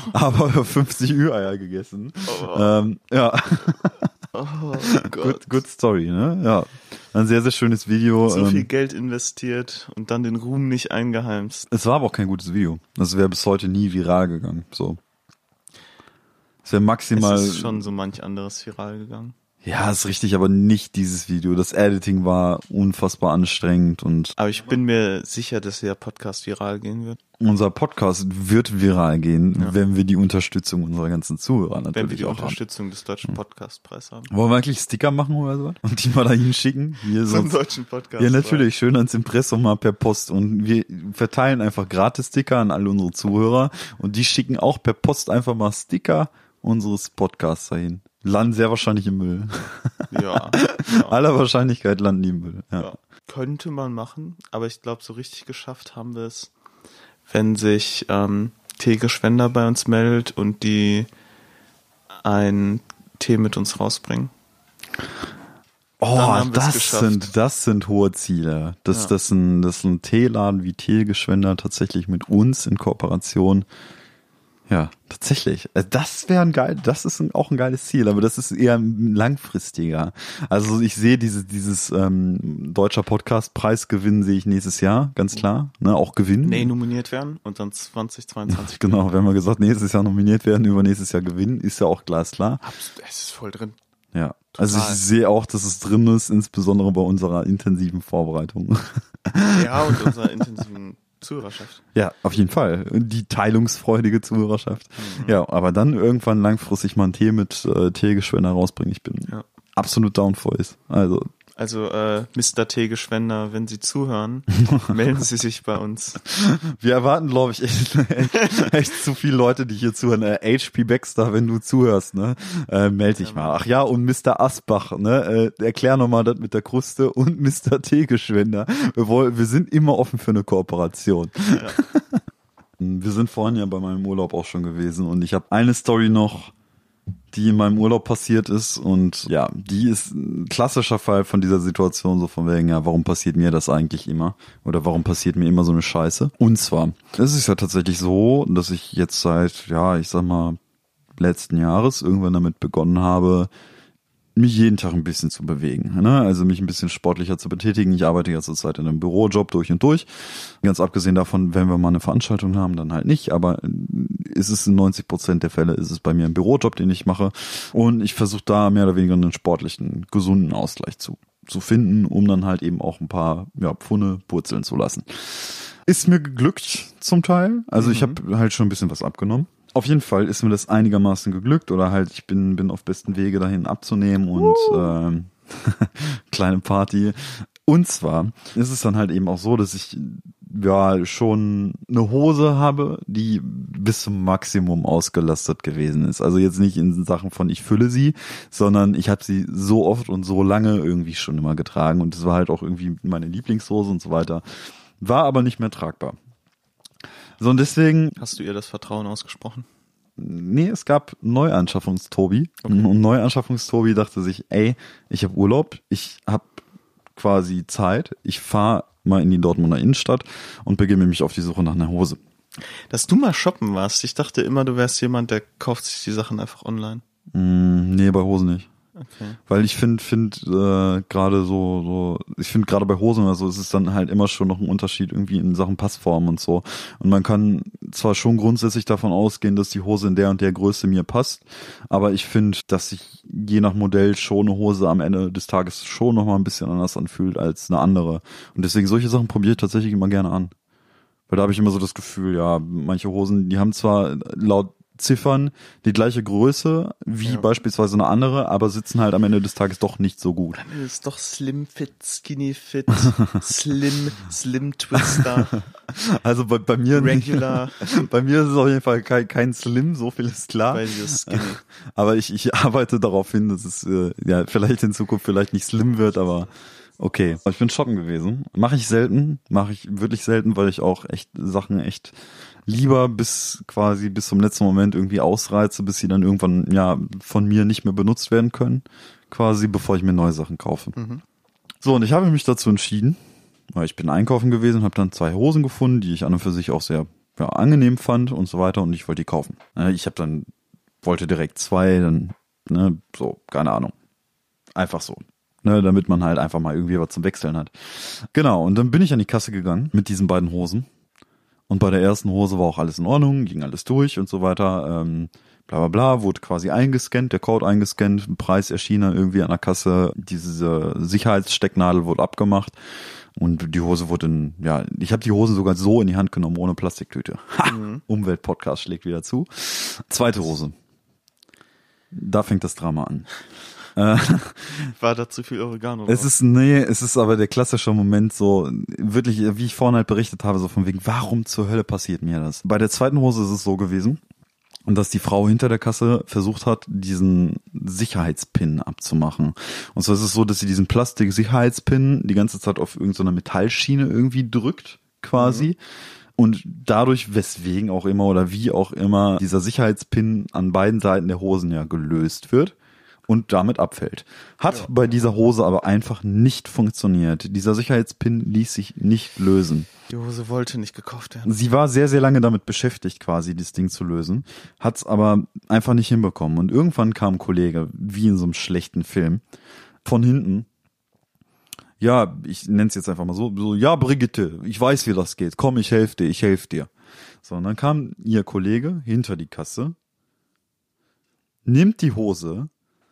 50 Ü-Eier gegessen. Ja. Oh Gott. Good Story, ne? Ja. Ein sehr, sehr schönes Video. So viel Geld investiert und dann den Ruhm nicht eingeheimst. Es war aber auch kein gutes Video. Das wäre bis heute nie viral gegangen. So. Es wäre maximal. Es ist schon so manch anderes viral gegangen. Ja, ist richtig, aber nicht dieses Video. Das Editing war unfassbar anstrengend und. Aber ich bin mir sicher, dass der Podcast viral gehen wird. Unser Podcast wird viral gehen, wenn wir die Unterstützung unserer ganzen Zuhörer natürlich wenn wir die auch Unterstützung des Deutschen Podcastpreises haben. Wollen wir eigentlich Sticker machen oder so? Und die mal dahin schicken? Hier Zum Deutschen Podcast. Ja, natürlich. Schön ans Impressum mal per Post. Und wir verteilen einfach Gratis-Sticker an alle unsere Zuhörer. Und die schicken auch per Post einfach mal Sticker unseres Podcasts dahin. Landen sehr wahrscheinlich im Müll. Ja. Aller Wahrscheinlichkeit landen die im Müll. Ja. Könnte man machen, aber ich glaube, so richtig geschafft haben wir es, wenn sich Tege Schwender bei uns meldet und die ein Tee mit uns rausbringen. Oh, das sind hohe Ziele. Dass ein Teeladen wie Teegeschwender tatsächlich mit uns in Kooperation. Ja, tatsächlich. Das wäre auch ein geiles Ziel, aber das ist eher langfristiger. Also ich sehe dieses deutscher Podcast-Preisgewinn sehe ich nächstes Jahr, ganz klar. Ne, auch gewinnen. Nee, nominiert werden und dann 2022. Genau, wenn wir gesagt, nächstes Jahr nominiert werden, übernächstes Jahr gewinnen, ist ja auch glasklar. Es ist voll drin. Ja, also ich sehe auch, dass es drin ist, insbesondere bei unserer intensiven Vorbereitung. Ja, und unserer intensiven Zuhörerschaft. Ja, auf jeden Fall. Die teilungsfreudige Zuhörerschaft. Mhm. Ja, aber dann irgendwann langfristig mal einen Tee mit Teegeschwender rausbringen. Ich bin absolut down for it. Also Mr. Teegeschwender, wenn Sie zuhören, melden Sie sich bei uns. Wir erwarten, glaube ich, echt zu viele Leute, die hier zuhören. HP Baxter, wenn du zuhörst, ne, melde dich mal. Ach ja, und Mr. Asbach, ne, erklär nochmal das mit der Kruste und Mr. Teegeschwender. Wir sind immer offen für eine Kooperation. Ja. Wir sind vorhin ja bei meinem Urlaub auch schon gewesen und ich habe eine Story noch, die in meinem Urlaub passiert ist und ja, die ist ein klassischer Fall von dieser Situation, so von wegen, ja, warum passiert mir das eigentlich immer? Oder warum passiert mir immer so eine Scheiße? Und zwar, es ist ja tatsächlich so, dass ich jetzt seit, ja, ich sag mal, letzten Jahres irgendwann damit begonnen habe, mich jeden Tag ein bisschen zu bewegen, ne? Also mich ein bisschen sportlicher zu betätigen. Ich arbeite ja zurzeit in einem Bürojob durch und durch. Ganz abgesehen davon, wenn wir mal eine Veranstaltung haben, dann halt nicht. Aber ist es in 90% der Fälle, ist es bei mir ein Bürojob, den ich mache. Und ich versuche da mehr oder weniger einen sportlichen, gesunden Ausgleich zu finden, um dann halt eben auch ein paar Pfunde purzeln zu lassen. Ist mir geglückt zum Teil. Also ich habe halt schon ein bisschen was abgenommen. Auf jeden Fall ist mir das einigermaßen geglückt oder halt ich bin auf besten Wege dahin abzunehmen und kleine Party. Und zwar ist es dann halt eben auch so, dass ich schon eine Hose habe, die bis zum Maximum ausgelastet gewesen ist. Also jetzt nicht in Sachen von ich fülle sie, sondern ich habe sie so oft und so lange irgendwie schon immer getragen und es war halt auch irgendwie meine Lieblingshose und so weiter. War aber nicht mehr tragbar. So, und deswegen... Hast du ihr das Vertrauen ausgesprochen? Nee, es gab Neuanschaffungstobi. Okay. Und Neuanschaffungstobi dachte sich, ey, ich habe Urlaub, ich habe quasi Zeit, ich fahre mal in die Dortmunder Innenstadt und begebe mich auf die Suche nach einer Hose. Dass du mal shoppen warst, ich dachte immer, du wärst jemand, der kauft sich die Sachen einfach online. Nee, bei Hosen nicht. Okay. Weil ich finde gerade gerade bei Hosen oder so ist es dann halt immer schon noch ein Unterschied irgendwie in Sachen Passform und so. Und man kann zwar schon grundsätzlich davon ausgehen, dass die Hose in der und der Größe mir passt, aber ich finde, dass sich je nach Modell schon eine Hose am Ende des Tages schon noch mal ein bisschen anders anfühlt als eine andere. Und deswegen solche Sachen probiere ich tatsächlich immer gerne an. Weil da habe ich immer so das Gefühl, ja, manche Hosen, die haben zwar laut Ziffern die gleiche Größe wie beispielsweise eine andere, aber sitzen halt am Ende des Tages doch nicht so gut. Dann ist doch Slim Fit, Skinny Fit, Slim Twister. Also bei mir Regular. Bei mir ist es auf jeden Fall kein Slim, so viel ist klar. Bei dir ist Skinny. Aber ich arbeite darauf hin, dass es vielleicht in Zukunft vielleicht nicht Slim wird, aber okay. Ich bin shoppen gewesen. Mache ich wirklich selten, weil ich auch Sachen lieber bis zum letzten Moment irgendwie ausreize, bis sie dann irgendwann von mir nicht mehr benutzt werden können, quasi bevor ich mir neue Sachen kaufe. Mhm. So, und ich habe mich dazu entschieden, weil ich bin einkaufen gewesen, habe dann 2 Hosen gefunden, die ich an und für sich auch sehr angenehm fand und so weiter und ich wollte die kaufen. Ich wollte direkt 2, dann so, keine Ahnung. Einfach so. Damit man halt einfach mal irgendwie was zum Wechseln hat. Genau, und dann bin ich an die Kasse gegangen mit diesen beiden Hosen. Und bei der ersten Hose war auch alles in Ordnung, ging alles durch und so weiter. Bla bla bla, wurde quasi eingescannt, der Code eingescannt, Preis erschien dann irgendwie an der Kasse, diese Sicherheitsstecknadel wurde abgemacht und die Hose wurde ich habe die Hosen sogar so in die Hand genommen, ohne Plastiktüte. Umweltpodcast schlägt wieder zu. Zweite Hose. Da fängt das Drama an. War da zu viel Oregano? Es ist aber der klassische Moment so, wirklich, wie ich vorhin halt berichtet habe, so von wegen, warum zur Hölle passiert mir das? Bei der zweiten Hose ist es so gewesen, dass die Frau hinter der Kasse versucht hat, diesen Sicherheitspin abzumachen. Und so ist es so, dass sie diesen Plastik-Sicherheitspin die ganze Zeit auf irgendeiner Metallschiene irgendwie drückt, quasi. Und dadurch, weswegen auch immer oder wie auch immer, dieser Sicherheitspin an beiden Seiten der Hosen gelöst wird. und damit abfällt. Hat bei dieser Hose aber einfach nicht funktioniert. Dieser Sicherheitspin ließ sich nicht lösen. Die Hose wollte nicht gekauft werden. Sie war sehr, sehr lange damit beschäftigt, quasi das Ding zu lösen, hat's aber einfach nicht hinbekommen. Und irgendwann kam ein Kollege, wie in so einem schlechten Film, von hinten. Ja, ich nenne es jetzt einfach mal so, ja, Brigitte, ich weiß, wie das geht. Komm, ich helfe dir. So, und dann kam ihr Kollege hinter die Kasse, nimmt die Hose,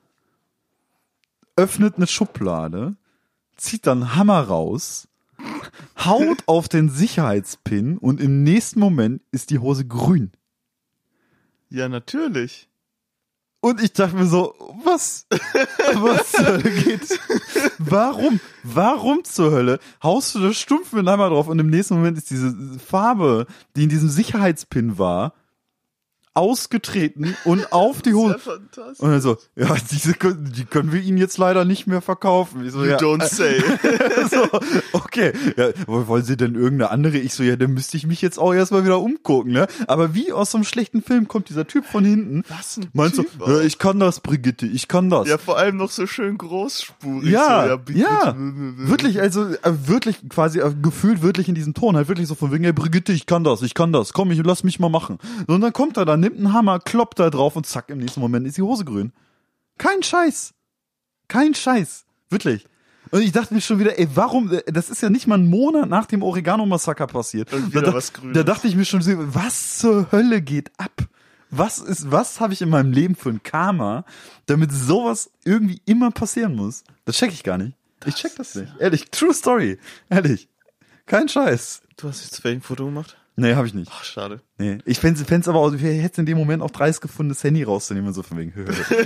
öffnet eine Schublade, zieht dann Hammer raus, haut auf den Sicherheitspin und im nächsten Moment ist die Hose grün. Ja, natürlich. Und ich dachte mir so, was zur Hölle geht? Warum zur Hölle haust du da stumpf mit dem Hammer drauf und im nächsten Moment ist diese Farbe, die in diesem Sicherheitspin war, ausgetreten und auf die Hose. Das ist ja fantastisch. Und dann so, ja, die können wir Ihnen jetzt leider nicht mehr verkaufen. Ich so, You ja, don't say. so, okay. Ja, wollen Sie denn irgendeine andere? Ich so, ja, dann müsste ich mich jetzt auch erstmal wieder umgucken, ne? Aber wie aus so einem schlechten Film kommt dieser Typ von hinten. Was ein Meinst du, Typ ja, ich kann das, Brigitte, ich kann das. Ja, vor allem noch so schön großspurig. Ja, so, bitte. wirklich, also wirklich quasi gefühlt wirklich in diesem Ton, halt wirklich so von wegen, hey Brigitte, ich kann das, komm, lass mich mal machen. Und dann kommt er da, nimmt einen Hammer, kloppt da drauf und zack, im nächsten Moment ist die Hose grün. Kein Scheiß, wirklich. Und ich dachte mir schon wieder, ey, warum, das ist ja nicht mal einen Monat nach dem Oregano-Massaker passiert. Und wieder was Grünes. Da dachte ich mir schon, was zur Hölle geht ab? Was habe ich in meinem Leben für ein Karma, damit sowas irgendwie immer passieren muss? Das check ich gar nicht. Ich check das nicht. Ehrlich, true story. Ehrlich. Kein Scheiß. Du hast jetzt welchen Foto gemacht? Nee, habe ich nicht. Ach, schade. Nee, ich fänd's aber auch, ich hätte in dem Moment auch dreist gefunden, das Handy rauszunehmen und so von wegen.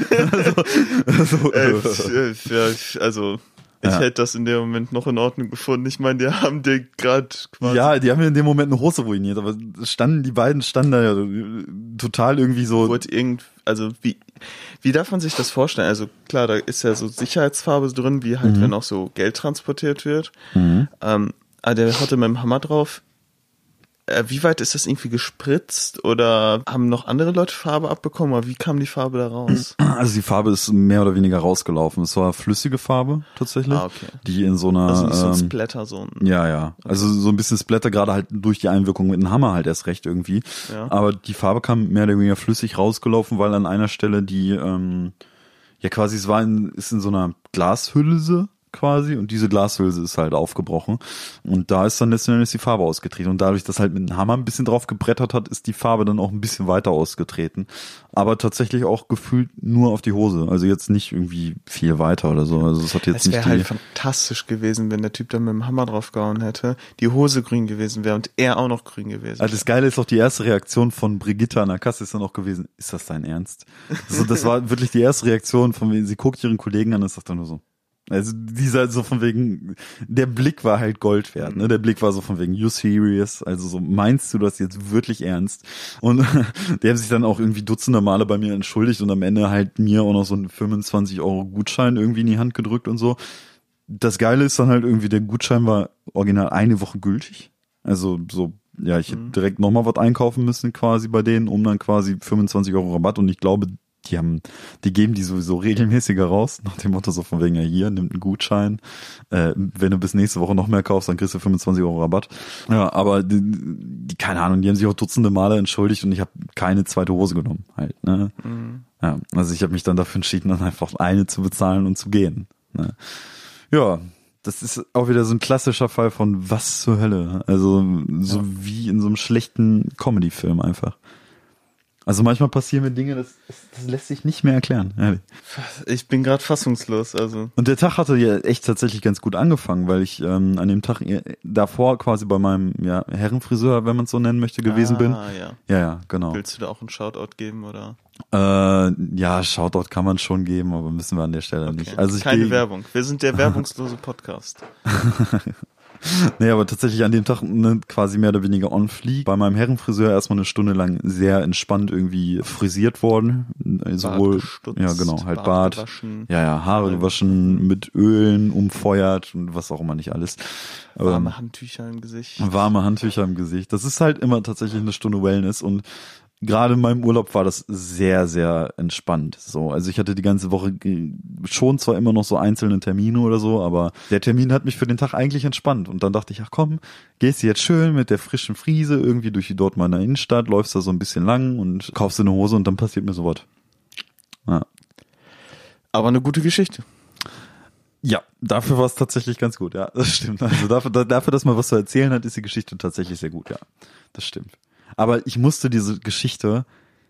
Ich hätte das in dem Moment noch in Ordnung gefunden. Ich meine, die haben dir gerade quasi... Ja, die haben mir in dem Moment eine Hose ruiniert, aber die beiden standen da ja total irgendwie so... Wie darf man sich das vorstellen? Also klar, da ist ja so Sicherheitsfarbe drin, wie halt, wenn auch so Geld transportiert wird. Aber der hatte mit dem Hammer drauf. Wie weit ist das irgendwie gespritzt oder haben noch andere Leute Farbe abbekommen? Oder wie kam die Farbe da raus? Also die Farbe ist mehr oder weniger rausgelaufen. Es war flüssige Farbe tatsächlich, okay. Die in so einer... Also nicht so ein Splatter, so ein... Ja. Also so ein bisschen Splatter, gerade halt durch die Einwirkung mit dem Hammer halt erst recht irgendwie. Ja. Aber die Farbe kam mehr oder weniger flüssig rausgelaufen, weil an einer Stelle die, ja quasi, ist in so einer Glashülse quasi und diese Glashülse ist halt aufgebrochen und da ist dann letztendlich die Farbe ausgetreten und dadurch, dass halt mit dem Hammer ein bisschen drauf gebrettert hat, ist die Farbe dann auch ein bisschen weiter ausgetreten, aber tatsächlich auch gefühlt nur auf die Hose, also jetzt nicht irgendwie viel weiter oder so, also es hat jetzt nicht wäre halt fantastisch gewesen, wenn der Typ dann mit dem Hammer draufgehauen hätte, die Hose grün gewesen wäre und er auch noch grün gewesen wäre. Also das Geile ist auch, die erste Reaktion von Brigitte an der Kasse ist dann auch gewesen, ist das dein Ernst? Also das war wirklich die erste Reaktion von wegen, sie guckt ihren Kollegen an und sagt dann nur so. Also dieser so von wegen, der Blick war halt Gold wert, ne? Der Blick war so von wegen, you serious? Also so, meinst du das jetzt wirklich ernst? Und die haben sich dann auch irgendwie dutzende Male bei mir entschuldigt und am Ende halt mir auch noch so einen 25 € Gutschein irgendwie in die Hand gedrückt und so. Das Geile ist dann halt irgendwie, der Gutschein war original eine Woche gültig. Also so, ja, ich hätte direkt nochmal was einkaufen müssen quasi bei denen, um dann quasi 25 € Rabatt und ich glaube, die geben die sowieso regelmäßiger raus, nach dem Motto so von wegen, ja hier, nimm einen Gutschein, wenn du bis nächste Woche noch mehr kaufst, dann kriegst du 25 € Rabatt. Ja, aber die keine Ahnung, die haben sich auch dutzende Male entschuldigt und ich habe keine zweite Hose genommen halt, ne? Ja, also ich habe mich dann dafür entschieden, dann einfach eine zu bezahlen und zu gehen, ne? Ja, das ist auch wieder so ein klassischer Fall von was zur Hölle, also so wie in so einem schlechten Comedy-Film einfach. Also manchmal passieren mir Dinge, das lässt sich nicht mehr erklären. Ehrlich. Ich bin gerade fassungslos. Also. Und der Tag hatte ja echt tatsächlich ganz gut angefangen, weil ich an dem Tag davor quasi bei meinem Herrenfriseur, wenn man es so nennen möchte, gewesen bin. Ja, genau. Willst du da auch einen Shoutout geben oder? Ja, Shoutout kann man schon geben, aber müssen wir an der Stelle nicht. Also keine Werbung. Wir sind der werbungslose Podcast. Nee, aber tatsächlich an dem Tag quasi mehr oder weniger on fleek. Bei meinem Herrenfriseur erstmal eine Stunde lang sehr entspannt irgendwie frisiert worden. Sowohl, ja genau, halt Bart, gewaschen, Haare gewaschen, mit Ölen umfeuert und was auch immer nicht alles. Warme Handtücher im Gesicht. Warme Handtücher im Gesicht. Das ist halt immer tatsächlich eine Stunde Wellness und gerade in meinem Urlaub war das sehr, sehr entspannt. So, also ich hatte die ganze Woche schon zwar immer noch so einzelne Termine oder so, aber der Termin hat mich für den Tag eigentlich entspannt. Und dann dachte ich, ach komm, gehst du jetzt schön mit der frischen Friese irgendwie durch die Dortmunder Innenstadt, läufst da so ein bisschen lang und kaufst dir eine Hose und dann passiert mir sowas. Ja. Aber eine gute Geschichte. Ja, dafür war es tatsächlich ganz gut, ja, das stimmt. Also dafür, dass man was zu erzählen hat, ist die Geschichte tatsächlich sehr gut, ja, das stimmt. Aber ich musste diese Geschichte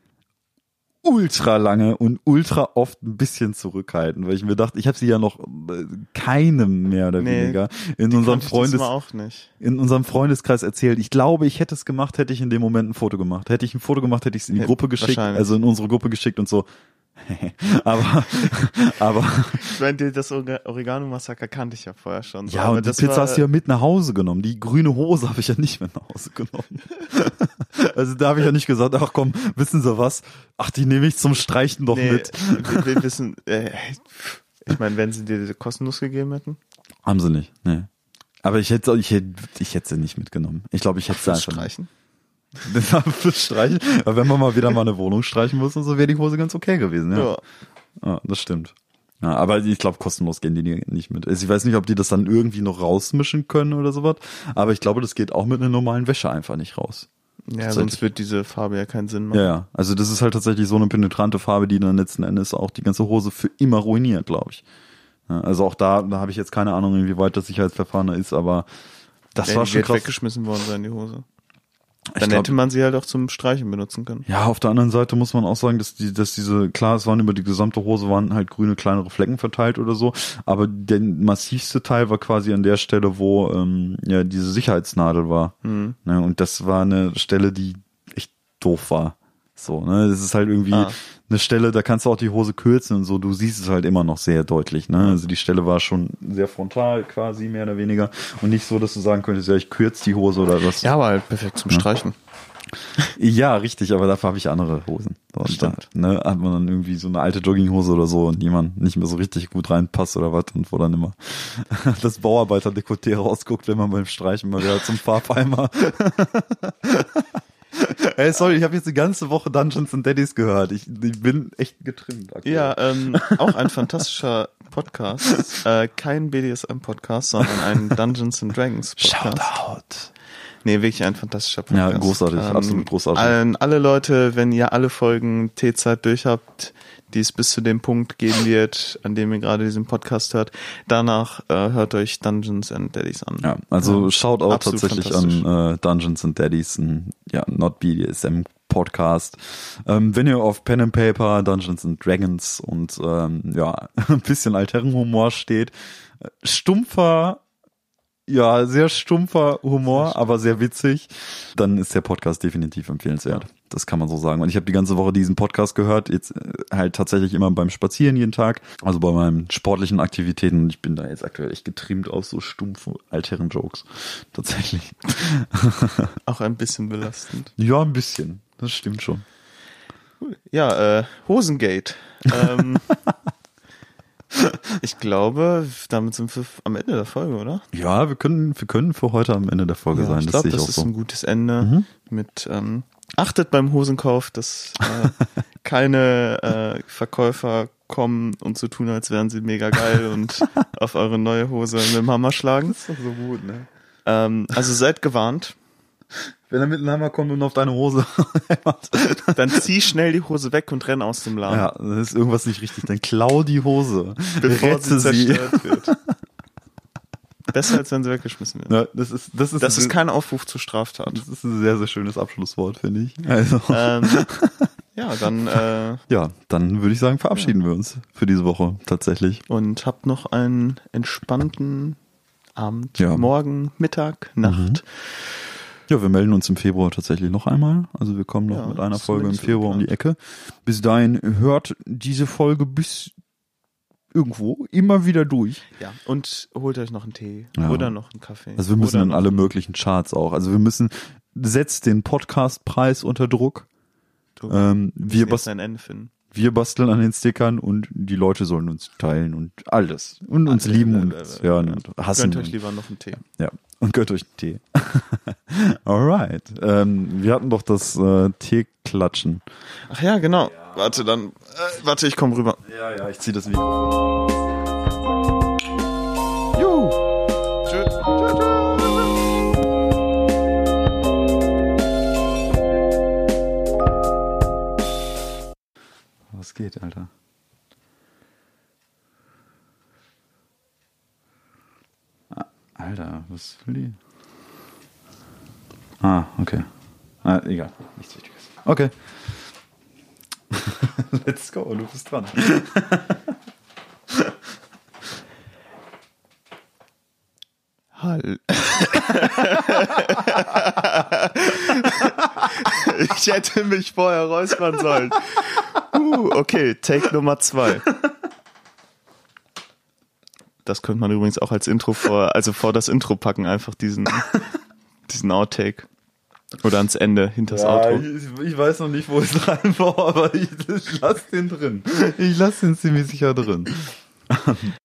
ultra lange und ultra oft ein bisschen zurückhalten, weil ich mir dachte, ich habe sie ja noch keinem mehr oder weniger in unserem Freundeskreis erzählt. Ich glaube, ich hätte es gemacht, hätte ich in dem Moment ein Foto gemacht. Hätte ich ein Foto gemacht, hätte ich es in die Gruppe geschickt, also in unsere Gruppe geschickt und so. aber ich meine, das Oregano-Massaker kannte ich ja vorher schon. Ja, und die Pizza hast du ja mit nach Hause genommen. Die grüne Hose habe ich ja nicht mit nach Hause genommen. Also da habe ich ja nicht gesagt, ach komm, wissen Sie was? Ach, die nehme ich zum Streichen doch mit. Wir wissen, ich meine, wenn sie dir kostenlos gegeben hätten? Haben sie nicht, ne. Aber ich hätte sie nicht mitgenommen. Ich glaube, ich hätte sie einfach streichen. Streichen. Aber wenn man mal wieder mal eine Wohnung streichen muss und so, wäre die Hose ganz okay gewesen, ja. Ja, das stimmt. Ja, aber ich glaube, kostenlos gehen die nicht mit. Also ich weiß nicht, ob die das dann irgendwie noch rausmischen können oder sowas, aber ich glaube, das geht auch mit einer normalen Wäsche einfach nicht raus. Ja, sonst wird diese Farbe ja keinen Sinn machen. Ja, also das ist halt tatsächlich so eine penetrante Farbe, die dann letzten Endes auch die ganze Hose für immer ruiniert, glaube ich. Ja, also auch da habe ich jetzt keine Ahnung, inwieweit das Sicherheitsverfahren da ist, aber das war schon krass. Weggeschmissen worden sein, die Hose. Dann hätte man sie halt auch zum Streichen benutzen können. Ja, auf der anderen Seite muss man auch sagen, dass diese, klar, es waren über die gesamte Hose, waren halt grüne kleinere Flecken verteilt oder so, aber der massivste Teil war quasi an der Stelle, wo diese Sicherheitsnadel war. Mhm. Ne, und das war eine Stelle, die echt doof war. So, ne, das ist halt irgendwie eine Stelle, da kannst du auch die Hose kürzen und so, du siehst es halt immer noch sehr deutlich, ne, also die Stelle war schon sehr frontal quasi, mehr oder weniger, und nicht so, dass du sagen könntest, ja, ich kürze die Hose oder was. Ja, aber halt perfekt zum Streichen. Ja, richtig, aber dafür habe ich andere Hosen. Stimmt. Ne, hat man dann irgendwie so eine alte Jogginghose oder so und die man nicht mehr so richtig gut reinpasst oder was und wo dann immer das Bauarbeiter-Dekolleté rausguckt, wenn man beim Streichen mal wieder zum Farbeimer. Hey, sorry, ich habe jetzt die ganze Woche Dungeons and Daddies gehört. Ich bin echt getrimmt aktuell. Ja, auch ein fantastischer Podcast. Kein BDSM-Podcast, sondern ein Dungeons and Dragons Podcast. Shoutout. Nee, wirklich ein fantastischer Podcast. Ja, großartig, absolut großartig. Alle Leute, wenn ihr alle Folgen T-Zeit durch habt, die es bis zu dem Punkt geben wird, an dem ihr gerade diesen Podcast hört, danach hört euch Dungeons and Daddies an. Ja, also Shoutout tatsächlich an Dungeons and Daddies, Not BDSM Podcast. Wenn ihr auf Pen and Paper, Dungeons and Dragons und ein bisschen Altherrenhumor steht, sehr stumpfer Humor, aber sehr witzig, dann ist der Podcast definitiv empfehlenswert. Ja. Das kann man so sagen. Und ich habe die ganze Woche diesen Podcast gehört, jetzt halt tatsächlich immer beim Spazieren jeden Tag, also bei meinen sportlichen Aktivitäten. Und ich bin da jetzt aktuell echt getrimmt auf so stumpfe Altherren-Jokes. Tatsächlich. Auch ein bisschen belastend. Ja, ein bisschen. Das stimmt schon. Cool. Ja, Hosengate. Ich glaube, damit sind wir am Ende der Folge, oder? Ja, wir können für heute am Ende der Folge sein. Ich glaube, das ist ein gutes Ende mit achtet beim Hosenkauf, dass keine Verkäufer kommen und so tun, als wären sie mega geil und auf eure neue Hose mit dem Hammer schlagen. Das ist doch so gut, ne? Also seid gewarnt. Wenn er mit dem Hammer kommt und auf deine Hose dann zieh schnell die Hose weg und renn aus dem Laden. Ja, das ist irgendwas nicht richtig. Dann klau die Hose. Bevor sie zerstört wird. Besser, als wenn sie weggeschmissen wird. Ja, das ist kein Aufruf zur Straftat. Das ist ein sehr, sehr schönes Abschlusswort, finde ich. Also. Dann würde ich sagen, verabschieden wir uns für diese Woche tatsächlich. Und habt noch einen entspannten Abend, Morgen, Mittag, Nacht. Ja, wir melden uns im Februar tatsächlich noch einmal. Also wir kommen noch mit einer Folge im Februar um die Ecke. Bis dahin hört diese Folge bis irgendwo immer wieder durch. Ja, und holt euch noch einen Tee oder noch einen Kaffee. Also wir müssen in alle möglichen Charts auch. Also setzt den Podcastpreis unter Druck. Wir basteln ein Ende finden. Wir basteln an den Stickern und die Leute sollen uns teilen und alles. Und uns lieben und hören und hassen. Gönnt euch lieber noch einen Tee. Ja. Und gönnt euch einen Tee. Alright. Wir hatten doch das Teeklatschen. Ach ja, genau. Warte, ich komme rüber. Ja, ich zieh das Mikro. Juhu. Tschö. Was geht, Alter? Alter, was will die? Okay. Egal. Nichts Wichtiges. Okay. Let's go, du bist dran. Hall. Ich hätte mich vorher räuspern sollen. Okay, Take Nummer 2. Das könnte man übrigens auch als Intro vor das Intro packen, einfach diesen Outtake. Oder ans Ende, hinters Outro. Ich weiß noch nicht, wo es rein war, aber ich lasse den drin. Ich lasse den ziemlich sicher drin.